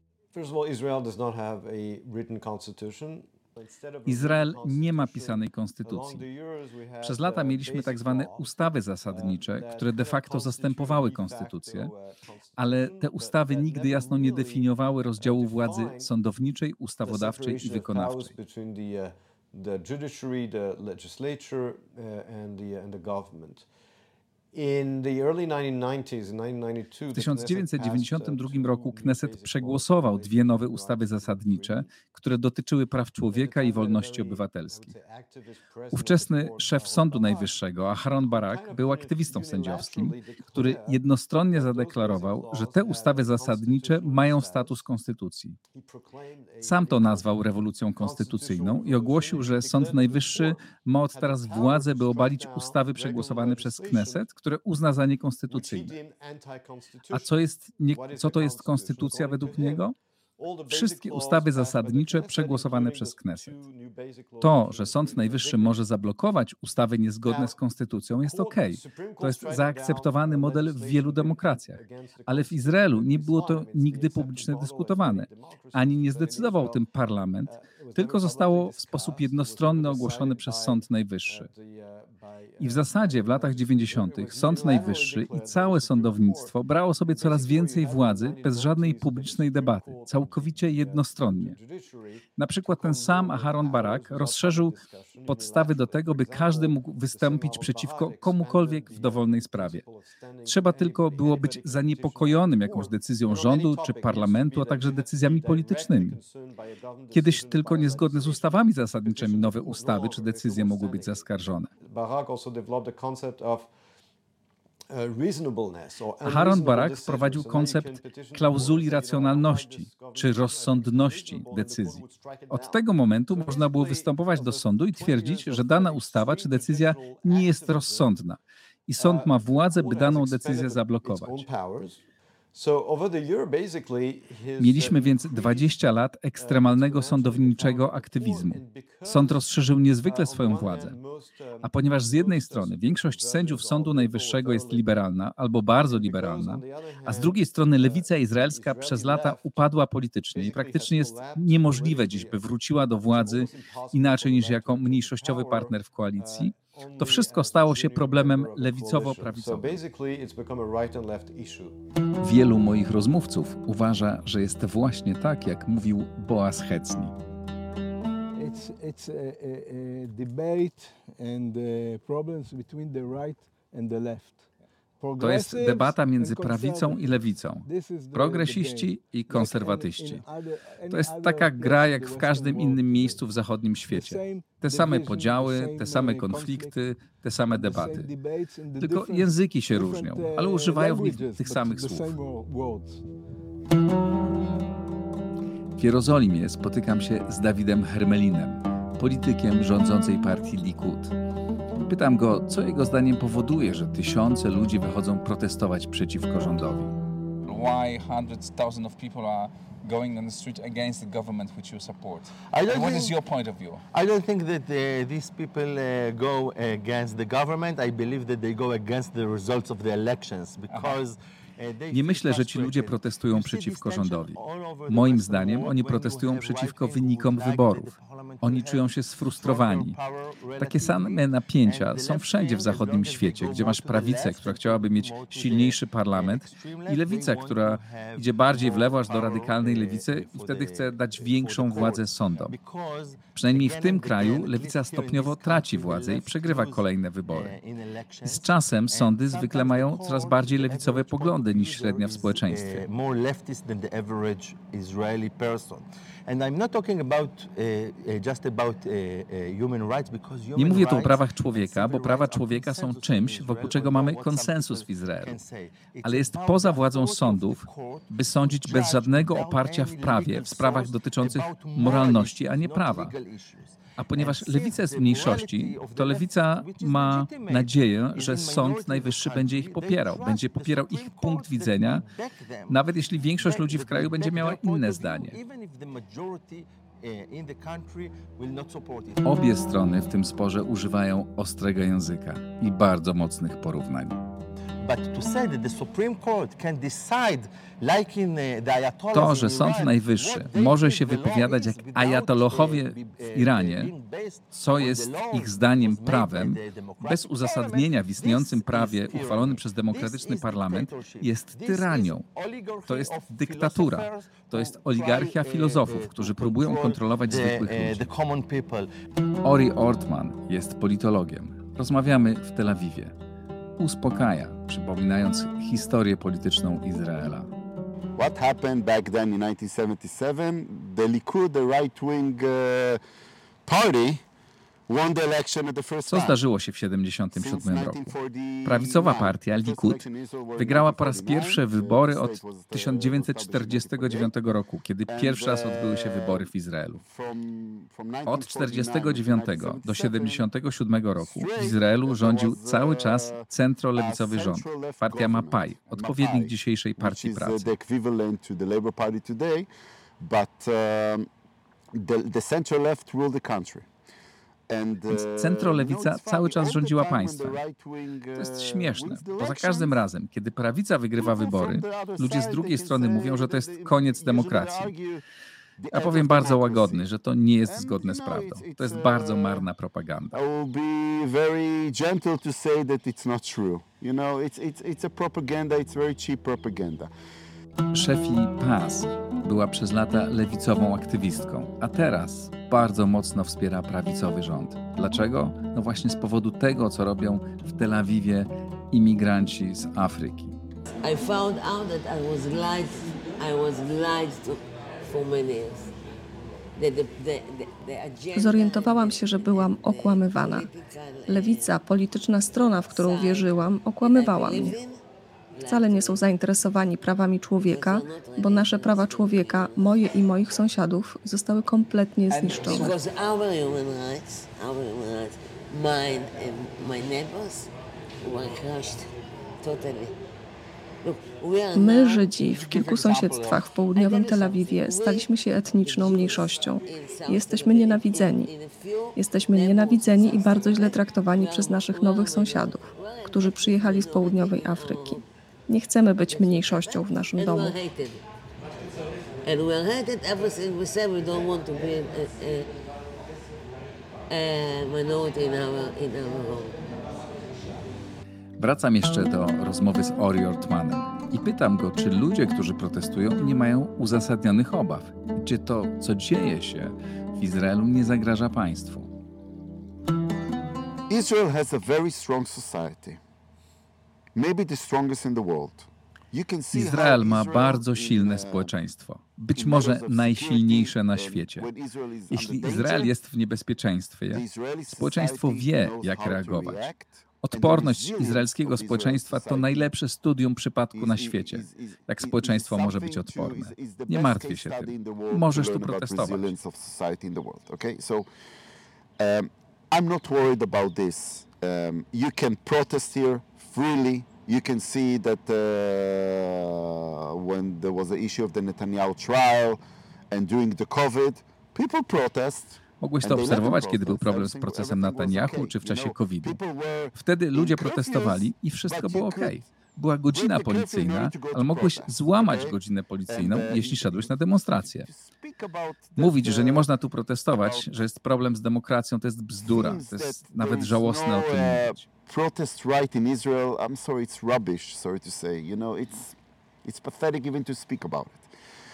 Izrael nie ma pisanej konstytucji. Przez lata mieliśmy tak zwane ustawy zasadnicze, które de facto zastępowały konstytucję, ale te ustawy nigdy jasno nie definiowały rozdziału władzy sądowniczej, ustawodawczej i wykonawczej. the judiciary, the legislature, and the government. In the early 1990s, in 1992, W 1992 roku Kneset przegłosował dwie nowe ustawy zasadnicze, które dotyczyły praw człowieka i wolności obywatelskich. Ówczesny szef Sądu Najwyższego, Aharon Barak, był aktywistą sędziowskim, który jednostronnie zadeklarował, że te ustawy zasadnicze mają status konstytucji. Sam to nazwał rewolucją konstytucyjną i ogłosił, że Sąd Najwyższy ma od teraz władzę, by obalić ustawy przegłosowane przez Kneset, które uzna za niekonstytucyjne. A co to jest konstytucja według niego? Wszystkie ustawy zasadnicze przegłosowane przez Kneset. To, że Sąd Najwyższy może zablokować ustawy niezgodne z konstytucją, jest okej. To jest zaakceptowany model w wielu demokracjach. Ale w Izraelu nie było to nigdy publicznie dyskutowane. Ani nie zdecydował o tym parlament, tylko zostało w sposób jednostronny ogłoszone przez Sąd Najwyższy. I w zasadzie w latach 90. Sąd Najwyższy i całe sądownictwo brało sobie coraz więcej władzy bez żadnej publicznej debaty, całkowicie jednostronnie. Na przykład ten sam Aharon Barak rozszerzył podstawy do tego, by każdy mógł wystąpić przeciwko komukolwiek w dowolnej sprawie. Trzeba tylko było być zaniepokojonym jakąś decyzją rządu czy parlamentu, a także decyzjami politycznymi. Kiedyś tylko niezgodne z ustawami zasadniczymi nowe ustawy czy decyzje mogły być zaskarżone. Aharon Barak wprowadził koncept klauzuli racjonalności czy rozsądności decyzji. Od tego momentu można było występować do sądu i twierdzić, że dana ustawa czy decyzja nie jest rozsądna i sąd ma władzę, by daną decyzję zablokować. Mieliśmy więc 20 lat ekstremalnego sądowniczego aktywizmu. Sąd rozszerzył niezwykle swoją władzę. A ponieważ z jednej strony większość sędziów Sądu Najwyższego jest liberalna albo bardzo liberalna, a z drugiej strony lewica izraelska przez lata upadła politycznie i praktycznie jest niemożliwe dziś, by wróciła do władzy inaczej niż jako mniejszościowy partner w koalicji, to wszystko stało się problemem lewicowo-prawicowym. Wielu moich rozmówców uważa, że jest właśnie tak, jak mówił Boaz Hetzni. It's a debate and problems between the right and the left. To jest debata między prawicą i lewicą, progresiści i konserwatyści. To jest taka gra jak w każdym innym miejscu w zachodnim świecie. Te same podziały, te same konflikty, te same debaty. Tylko języki się różnią, ale używają w nich tych samych słów. W Jerozolimie spotykam się z Dawidem Hermelinem, politykiem rządzącej partii Likud. Pytam go, co jego zdaniem powoduje, że tysiące ludzi wychodzą protestować przeciwko rządowi. Why hundreds of thousands of people are going on the street against the government which you support? What is your point of view? I don't think that these people go against the government. I believe that they go against the results of the elections because Nie myślę, że ci ludzie protestują przeciwko rządowi. Moim zdaniem oni protestują przeciwko wynikom wyborów. Oni czują się sfrustrowani. Takie same napięcia są wszędzie w zachodnim świecie, gdzie masz prawicę, która chciałaby mieć silniejszy parlament i lewicę, która idzie bardziej w lewo aż do radykalnej lewicy i wtedy chce dać większą władzę sądom. Przynajmniej w tym kraju lewica stopniowo traci władzę i przegrywa kolejne wybory. I z czasem sądy zwykle mają coraz bardziej lewicowe poglądy niż średnia w społeczeństwie. Nie mówię tu o prawach człowieka, bo prawa człowieka są czymś, wokół czego mamy konsensus w Izraelu. Ale jest poza władzą sądów, by sądzić bez żadnego oparcia w prawie w sprawach dotyczących moralności, a nie prawa. A ponieważ lewica jest w mniejszości, to lewica ma nadzieję, że Sąd Najwyższy będzie ich popierał ich punkt widzenia, nawet jeśli większość ludzi w kraju będzie miała inne zdanie. Obie strony w tym sporze używają ostrego języka i bardzo mocnych porównań. But to say that the Supreme Court can decide, like in the Ayatollahs To, że in Sąd Iran, Najwyższy what they może think się the law wypowiadać jak is without, ajatolochowie w Iranie, being based co on jest the law ich zdaniem was made prawem, by the democratic bez uzasadnienia w istniejącym This prawie is tyranny. uchwalonym przez demokratyczny This is parlament, dictatorship. jest This is tyranią. oligarchy To jest of dyktatura. philosophers To jest who oligarchia try, filozofów, to którzy próbują control kontrolować zwykłych the ludzi. common people. Ori Ortman jest politologiem. Rozmawiamy w Tel Awiwie. Uspokaja, przypominając historię polityczną Izraela. What happened back then in 1977? The Likud, the right-wing party, won the election at the first Co time. zdarzyło się w 1977 roku? Prawicowa partia Likud wygrała po raz pierwszy wybory od 1949 roku, kiedy pierwszy raz odbyły się wybory w Izraelu. Od 1949 do 1977 roku w Izraelu rządził cały czas centrolewicowy rząd, partia Mapai, odpowiednik dzisiejszej Partii Pracy. The center left ruled the country. Więc centrolewica cały czas rządziła państwem. To jest śmieszne, bo za każdym razem, kiedy prawica wygrywa wybory, ludzie z drugiej strony mówią, że to jest koniec demokracji. Ja powiem bardzo łagodny, że to nie jest zgodne z prawdą. To jest bardzo marna propaganda. I will be very gentle to say that it's not true. You know, it's a propaganda, it's very cheap propaganda. Shefi Paz była przez lata lewicową aktywistką, a teraz bardzo mocno wspiera prawicowy rząd. Dlaczego? No właśnie z powodu tego, co robią w Tel Awiwie imigranci z Afryki. I found out that I was lied to for many years. Zorientowałam się, że byłam okłamywana. Lewica, polityczna strona, w którą wierzyłam, okłamywała mnie. Wcale nie są zainteresowani prawami człowieka, bo nasze prawa człowieka, moje i moich sąsiadów, zostały kompletnie zniszczone. Because our human rights, mine and my neighbors, were crushed totally. My, Żydzi, w kilku sąsiedztwach w południowym Tel Awiwie staliśmy się etniczną mniejszością. Jesteśmy nienawidzeni. Jesteśmy nienawidzeni i bardzo źle traktowani przez naszych nowych sąsiadów, którzy przyjechali z południowej Afryki. Nie chcemy być mniejszością w naszym domu. Wracam jeszcze do rozmowy z Ori Ortmanem i pytam go, czy ludzie, którzy protestują, nie mają uzasadnionych obaw i czy to, co dzieje się w Izraelu, nie zagraża państwu. Israel has a very strong society. Maybe the strongest in the world. Izrael ma bardzo silne społeczeństwo, być może najsilniejsze na świecie. Jeśli Izrael jest w niebezpieczeństwie, społeczeństwo wie, jak reagować. Odporność izraelskiego społeczeństwa to najlepsze studium przypadku na świecie. Jak społeczeństwo może być odporne. Nie martwię się tym. Możesz tu protestować. I'm not worried about this. You can protest here freely. You can see that when there was the issue of the Netanyahu trial and during the COVID, people protest. Mogłeś to obserwować, kiedy był problem z procesem Netanyahu czy w czasie COVID-u. Wtedy ludzie protestowali i wszystko było okej. Była godzina policyjna, ale mogłeś złamać godzinę policyjną, jeśli szedłeś na demonstrację. Mówić, że nie można tu protestować, że jest problem z demokracją, to jest bzdura. To jest nawet żałosne o tym mówić. Protest right in Israel, I'm sorry, it's rubbish, sorry to say. You know, it's pathetic even to speak about it.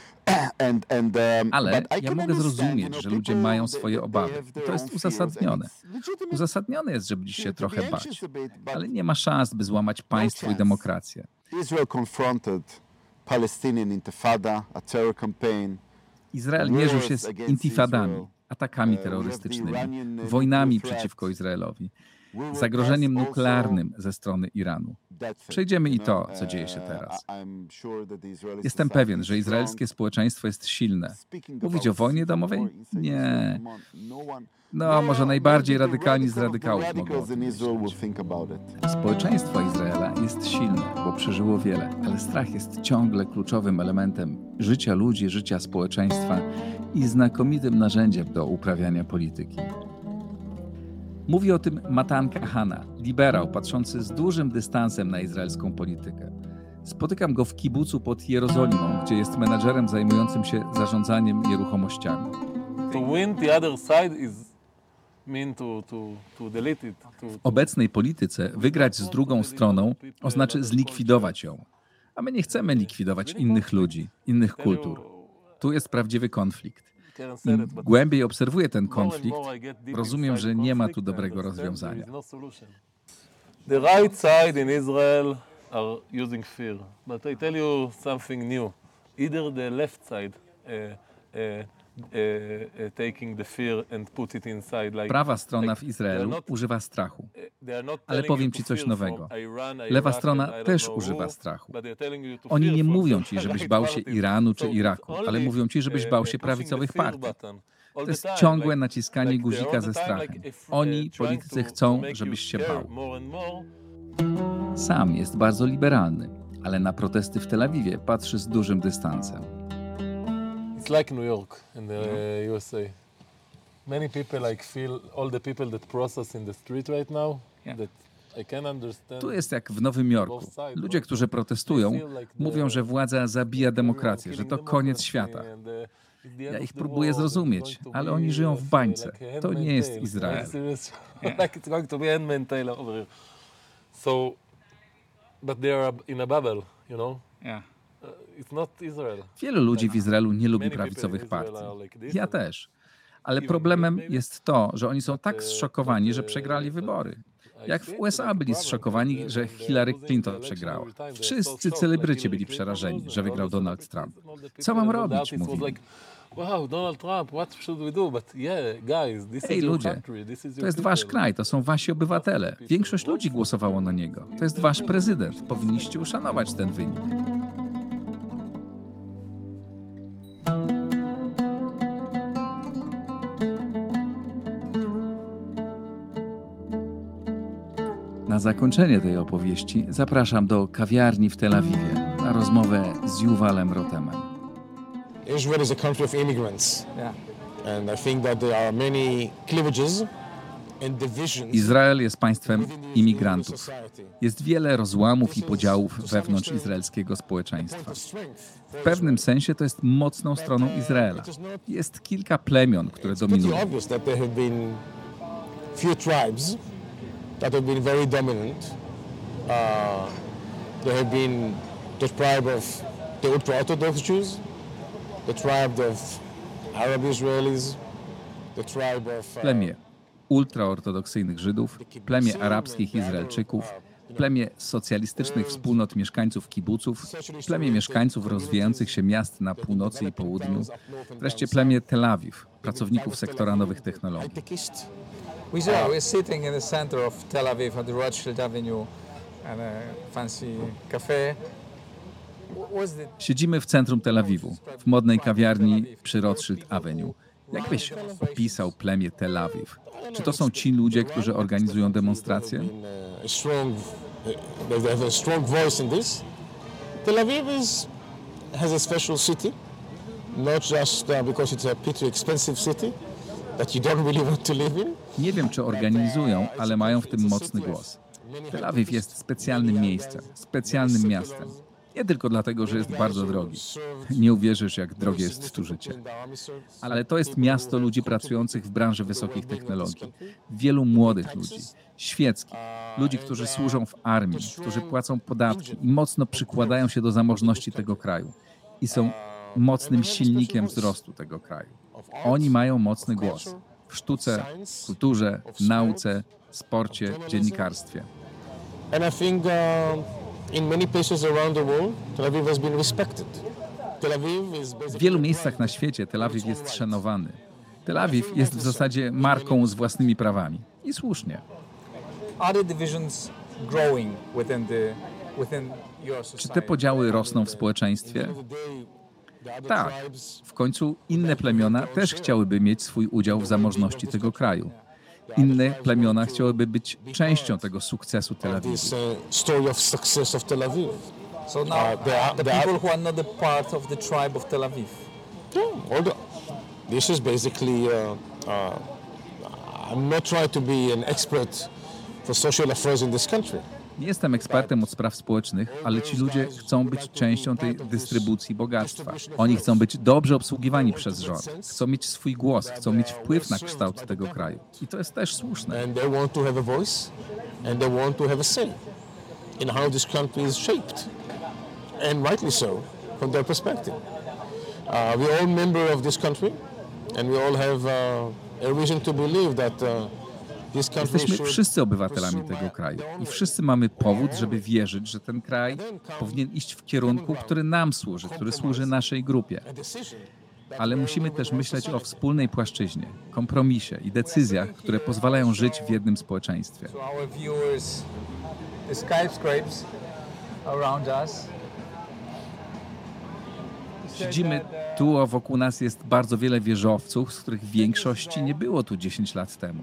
Ale ja mogę zrozumieć, że ludzie mają swoje obawy. I to jest uzasadnione. Uzasadnione jest, żeby dziś się trochę bać. Ale nie ma szans, by złamać państwo i demokrację. Israel confronted Palestinian Intifada, a terror campaign. Izrael mierzył się z intifadami, atakami terrorystycznymi, wojnami przeciwko Izraelowi, zagrożeniem nuklearnym ze strony Iranu. Przejdziemy i to, co dzieje się teraz. Jestem pewien, że izraelskie społeczeństwo jest silne. Mówić o wojnie domowej? Nie. No, może najbardziej radykalni z radykałów mogą. Społeczeństwo Izraela jest silne, bo przeżyło wiele, ale strach jest ciągle kluczowym elementem życia ludzi, życia społeczeństwa i znakomitym narzędziem do uprawiania polityki. Mówi o tym Matan Kahana, liberał patrzący z dużym dystansem na izraelską politykę. Spotykam go w kibucu pod Jerozolimą, gdzie jest menadżerem zajmującym się zarządzaniem nieruchomościami. To win the other side is mean to delete it. W obecnej polityce wygrać z drugą stroną oznacza zlikwidować ją. A my nie chcemy likwidować innych ludzi, innych kultur. Tu jest prawdziwy konflikt. Im głębiej obserwuję ten konflikt, rozumiem, że nie ma tu dobrego rozwiązania. The right side in Israel are using fear, but I tell you something new. Either the left side taking the fear and put it inside like Prawa strona w Izraelu używa strachu. Ale powiem ci coś nowego. Lewa strona też używa strachu. Oni nie mówią ci, żebyś bał się Iranu czy Iraku, ale mówią ci, żebyś bał się prawicowych partii. To jest ciągłe naciskanie guzika ze strachem. Oni, politycy, chcą, żebyś się bał. Sam jest bardzo liberalny, ale na protesty w Tel Awiwie patrzy z dużym dystansem. It's like New York in the USA. Many people feel all the people that process in the street right now that I can understand. Tu jest jak w Nowym Jorku. Ludzie, którzy protestują, mówią, że władza zabija demokrację, że to koniec świata. Ja ich próbuję zrozumieć, ale oni żyją w bańce. To nie jest Izrael. It's going to be Handmaid's Tale over here. So, but they are in a bubble, you know. It's not Israel. Wielu ludzi w Izraelu nie lubi prawicowych partii. Ja też. Ale problemem jest to, że oni są tak zszokowani, że przegrali wybory. Jak w USA byli zszokowani, że Hillary Clinton przegrała. Wszyscy celebryci byli przerażeni, że wygrał Donald Trump. Co mam robić? Mówili. Wow, Donald Trump, what should we do? But yeah, guys, this Ej is your ludzie, country, this is your to jest people. wasz kraj, to są wasi obywatele. Większość ludzi głosowało na niego. To jest wasz prezydent. Powinniście uszanować ten wynik. Na zakończenie tej opowieści zapraszam do kawiarni w Tel Awiwie na rozmowę z Yuvalem Rotemem. Israel is a country of immigrants, and I think that there are many cleavages and divisions. Izrael jest państwem imigrantów. Jest wiele rozłamów i podziałów wewnątrz izraelskiego społeczeństwa. W pewnym sensie to jest mocną stroną Izraela. Jest kilka plemion, które dominują. It's obvious that there have been few tribes that have been very dominant. There have been the tribe of the ultra-Orthodox Jews, the tribe of Arab Israelis, the tribe of Plemię ultraortodoksyjnych Żydów, plemię arabskich Izraelczyków, plemię socjalistycznych wspólnot mieszkańców kibuców, plemię mieszkańców rozwijających się miast na północy i południu, wreszcie plemię Tel Awiw, pracowników sektora nowych technologii. We're sitting in the center of Tel Aviv at the Rothschild Avenue and a fancy cafe. Siedzimy w centrum Tel Awiwu, w modnej kawiarni przy Rothschild Avenue. Jak byś opisał plemię Tel Awiw? Czy to są ci ludzie, którzy organizują demonstracje? They have a strong voice in this. Tel Aviv has a special city, not just because it's a pretty expensive city that you don't really want to live in. Nie wiem, czy organizują, ale mają w tym mocny głos. Tel Awiw jest specjalnym miejscem, specjalnym miastem. Nie tylko dlatego, że jest bardzo drogi. Nie uwierzysz, jak drogie jest tu życie. Ale to jest miasto ludzi pracujących w branży wysokich technologii. Wielu młodych ludzi, świeckich, ludzi, którzy służą w armii, którzy płacą podatki i mocno przykładają się do zamożności tego kraju. I są mocnym silnikiem wzrostu tego kraju. Oni mają mocny głos w sztuce, kulturze, nauce, sporcie, dziennikarstwie. And I think in many places around the world, Tel Aviv has been respected. Tel Aviv is W basically wielu miejscach na świecie Tel Awiw jest szanowany. Tel Awiw jest w zasadzie marką z własnymi prawami. I słusznie. Are the divisions growing within your society? Czy te podziały rosną w społeczeństwie? Tak. W końcu inne plemiona też chciałyby mieć swój udział w zamożności tego kraju. Inne plemiona chciałyby być częścią tego sukcesu Tel Awiwu. this story of success of Tel Aviv. So now the people who are not a part of the tribe of Tel Aviv. This is basically I'm not trying to be an expert for social affairs in this country. Nie jestem ekspertem od spraw społecznych, ale ci ludzie chcą być częścią tej dystrybucji bogactwa. Oni chcą być dobrze obsługiwani przez rząd, chcą mieć swój głos, chcą mieć wpływ na kształt tego kraju. I to jest też słuszne. And they want to have a voice and they want to have a say in how this country is shaped. And rightly so, from their perspective. We're all members of this country and we all have a reason to believe that this country Jesteśmy should wszyscy obywatelami tego kraju i wszyscy mamy powód, żeby wierzyć, że ten kraj powinien iść w kierunku, który nam służy, który służy naszej grupie. Ale musimy też myśleć o wspólnej płaszczyźnie, kompromisie i decyzjach, które pozwalają żyć w jednym społeczeństwie. To our viewers, the skyscrapers around us. Siedzimy tu, a wokół nas jest bardzo wiele wieżowców, z których większości nie było tu 10 lat temu.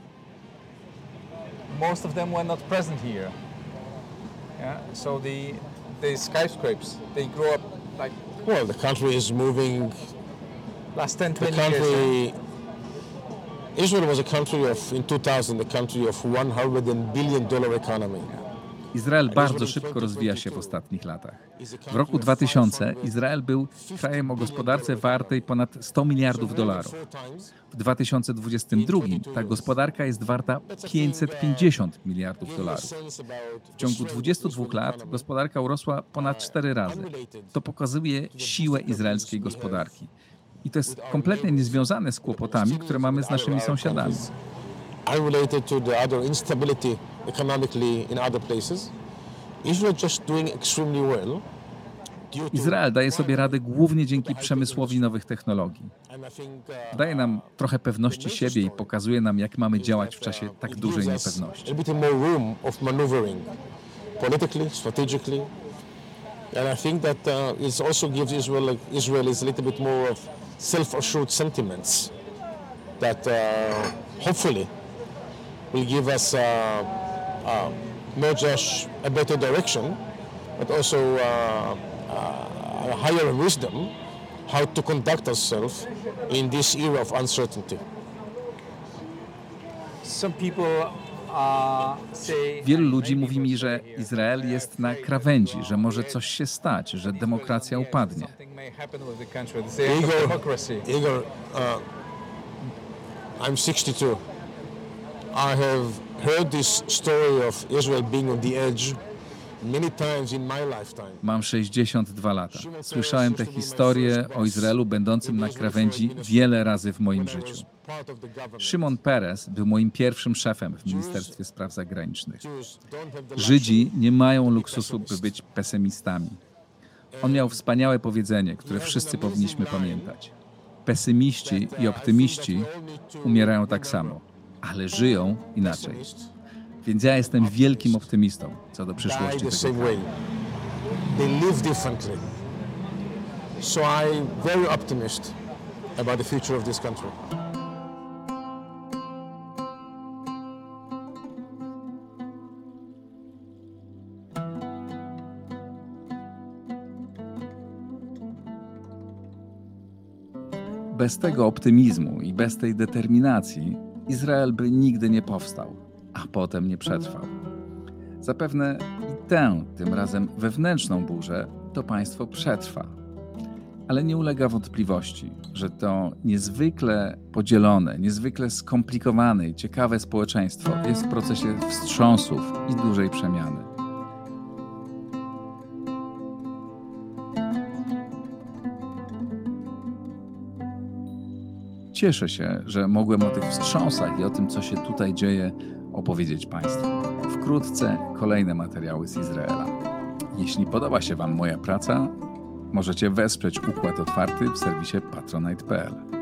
Most of them were not present here. Yeah, so the skyscrapers, they grow up like. Well, the country is moving. Last 10, The 20 years. country, Israel was a country of, in 2000, a country of $100 billion economy. Izrael bardzo szybko rozwija się w ostatnich latach. W roku 2000 Izrael był krajem o gospodarce wartej ponad $100 miliardów. W 2022 ta gospodarka jest warta $550 miliardów. W ciągu 22 lat gospodarka urosła ponad 4 razy. To pokazuje siłę izraelskiej gospodarki. I to jest kompletnie niezwiązane z kłopotami, które mamy z naszymi sąsiadami. Unrelated to the other instability economically in other places, Israel just doing extremely well. Izrael daje sobie radę głównie dzięki przemysłowi nowych technologii. Daje nam trochę pewności siebie i pokazuje nam, jak mamy działać w czasie tak dużej niepewności. A bit more room of maneuvering politically, strategically. And I think that it also gives Israelis a little bit more of self-assured sentiments that hopefully will give us not just a better direction, but also a higher wisdom how to conduct ourselves in this era of uncertainty. Some people say. Wielu ludzi mówi mi, że Izrael jest na krawędzi, że może coś się stać, że demokracja upadnie. Igor, I'm 62. I have heard this story of Israel being on the edge many times in my lifetime. Mam 62 lata. Słyszałem tę historię o Izraelu będącym na krawędzi wiele razy w moim życiu. Szymon Peres był moim pierwszym szefem w Ministerstwie Spraw Zagranicznych. Żydzi nie mają luksusu, by być pesymistami. On miał wspaniałe powiedzenie, które wszyscy powinniśmy pamiętać. Pesymiści i optymiści umierają tak samo, ale żyją inaczej. Więc ja jestem wielkim optymistą co do przyszłości tego kraju. They live differently. So I'm very optimistic about the future of this country. Bez tego optymizmu i bez tej determinacji Izrael by nigdy nie powstał, a potem nie przetrwał. Zapewne i tę, tym razem wewnętrzną burzę, to państwo przetrwa. Ale nie ulega wątpliwości, że to niezwykle podzielone, niezwykle skomplikowane i ciekawe społeczeństwo jest w procesie wstrząsów i dużej przemiany. Cieszę się, że mogłem o tych wstrząsach i o tym, co się tutaj dzieje, opowiedzieć Państwu. Wkrótce kolejne materiały z Izraela. Jeśli podoba się Wam moja praca, możecie wesprzeć Układ Otwarty w serwisie patronite.pl.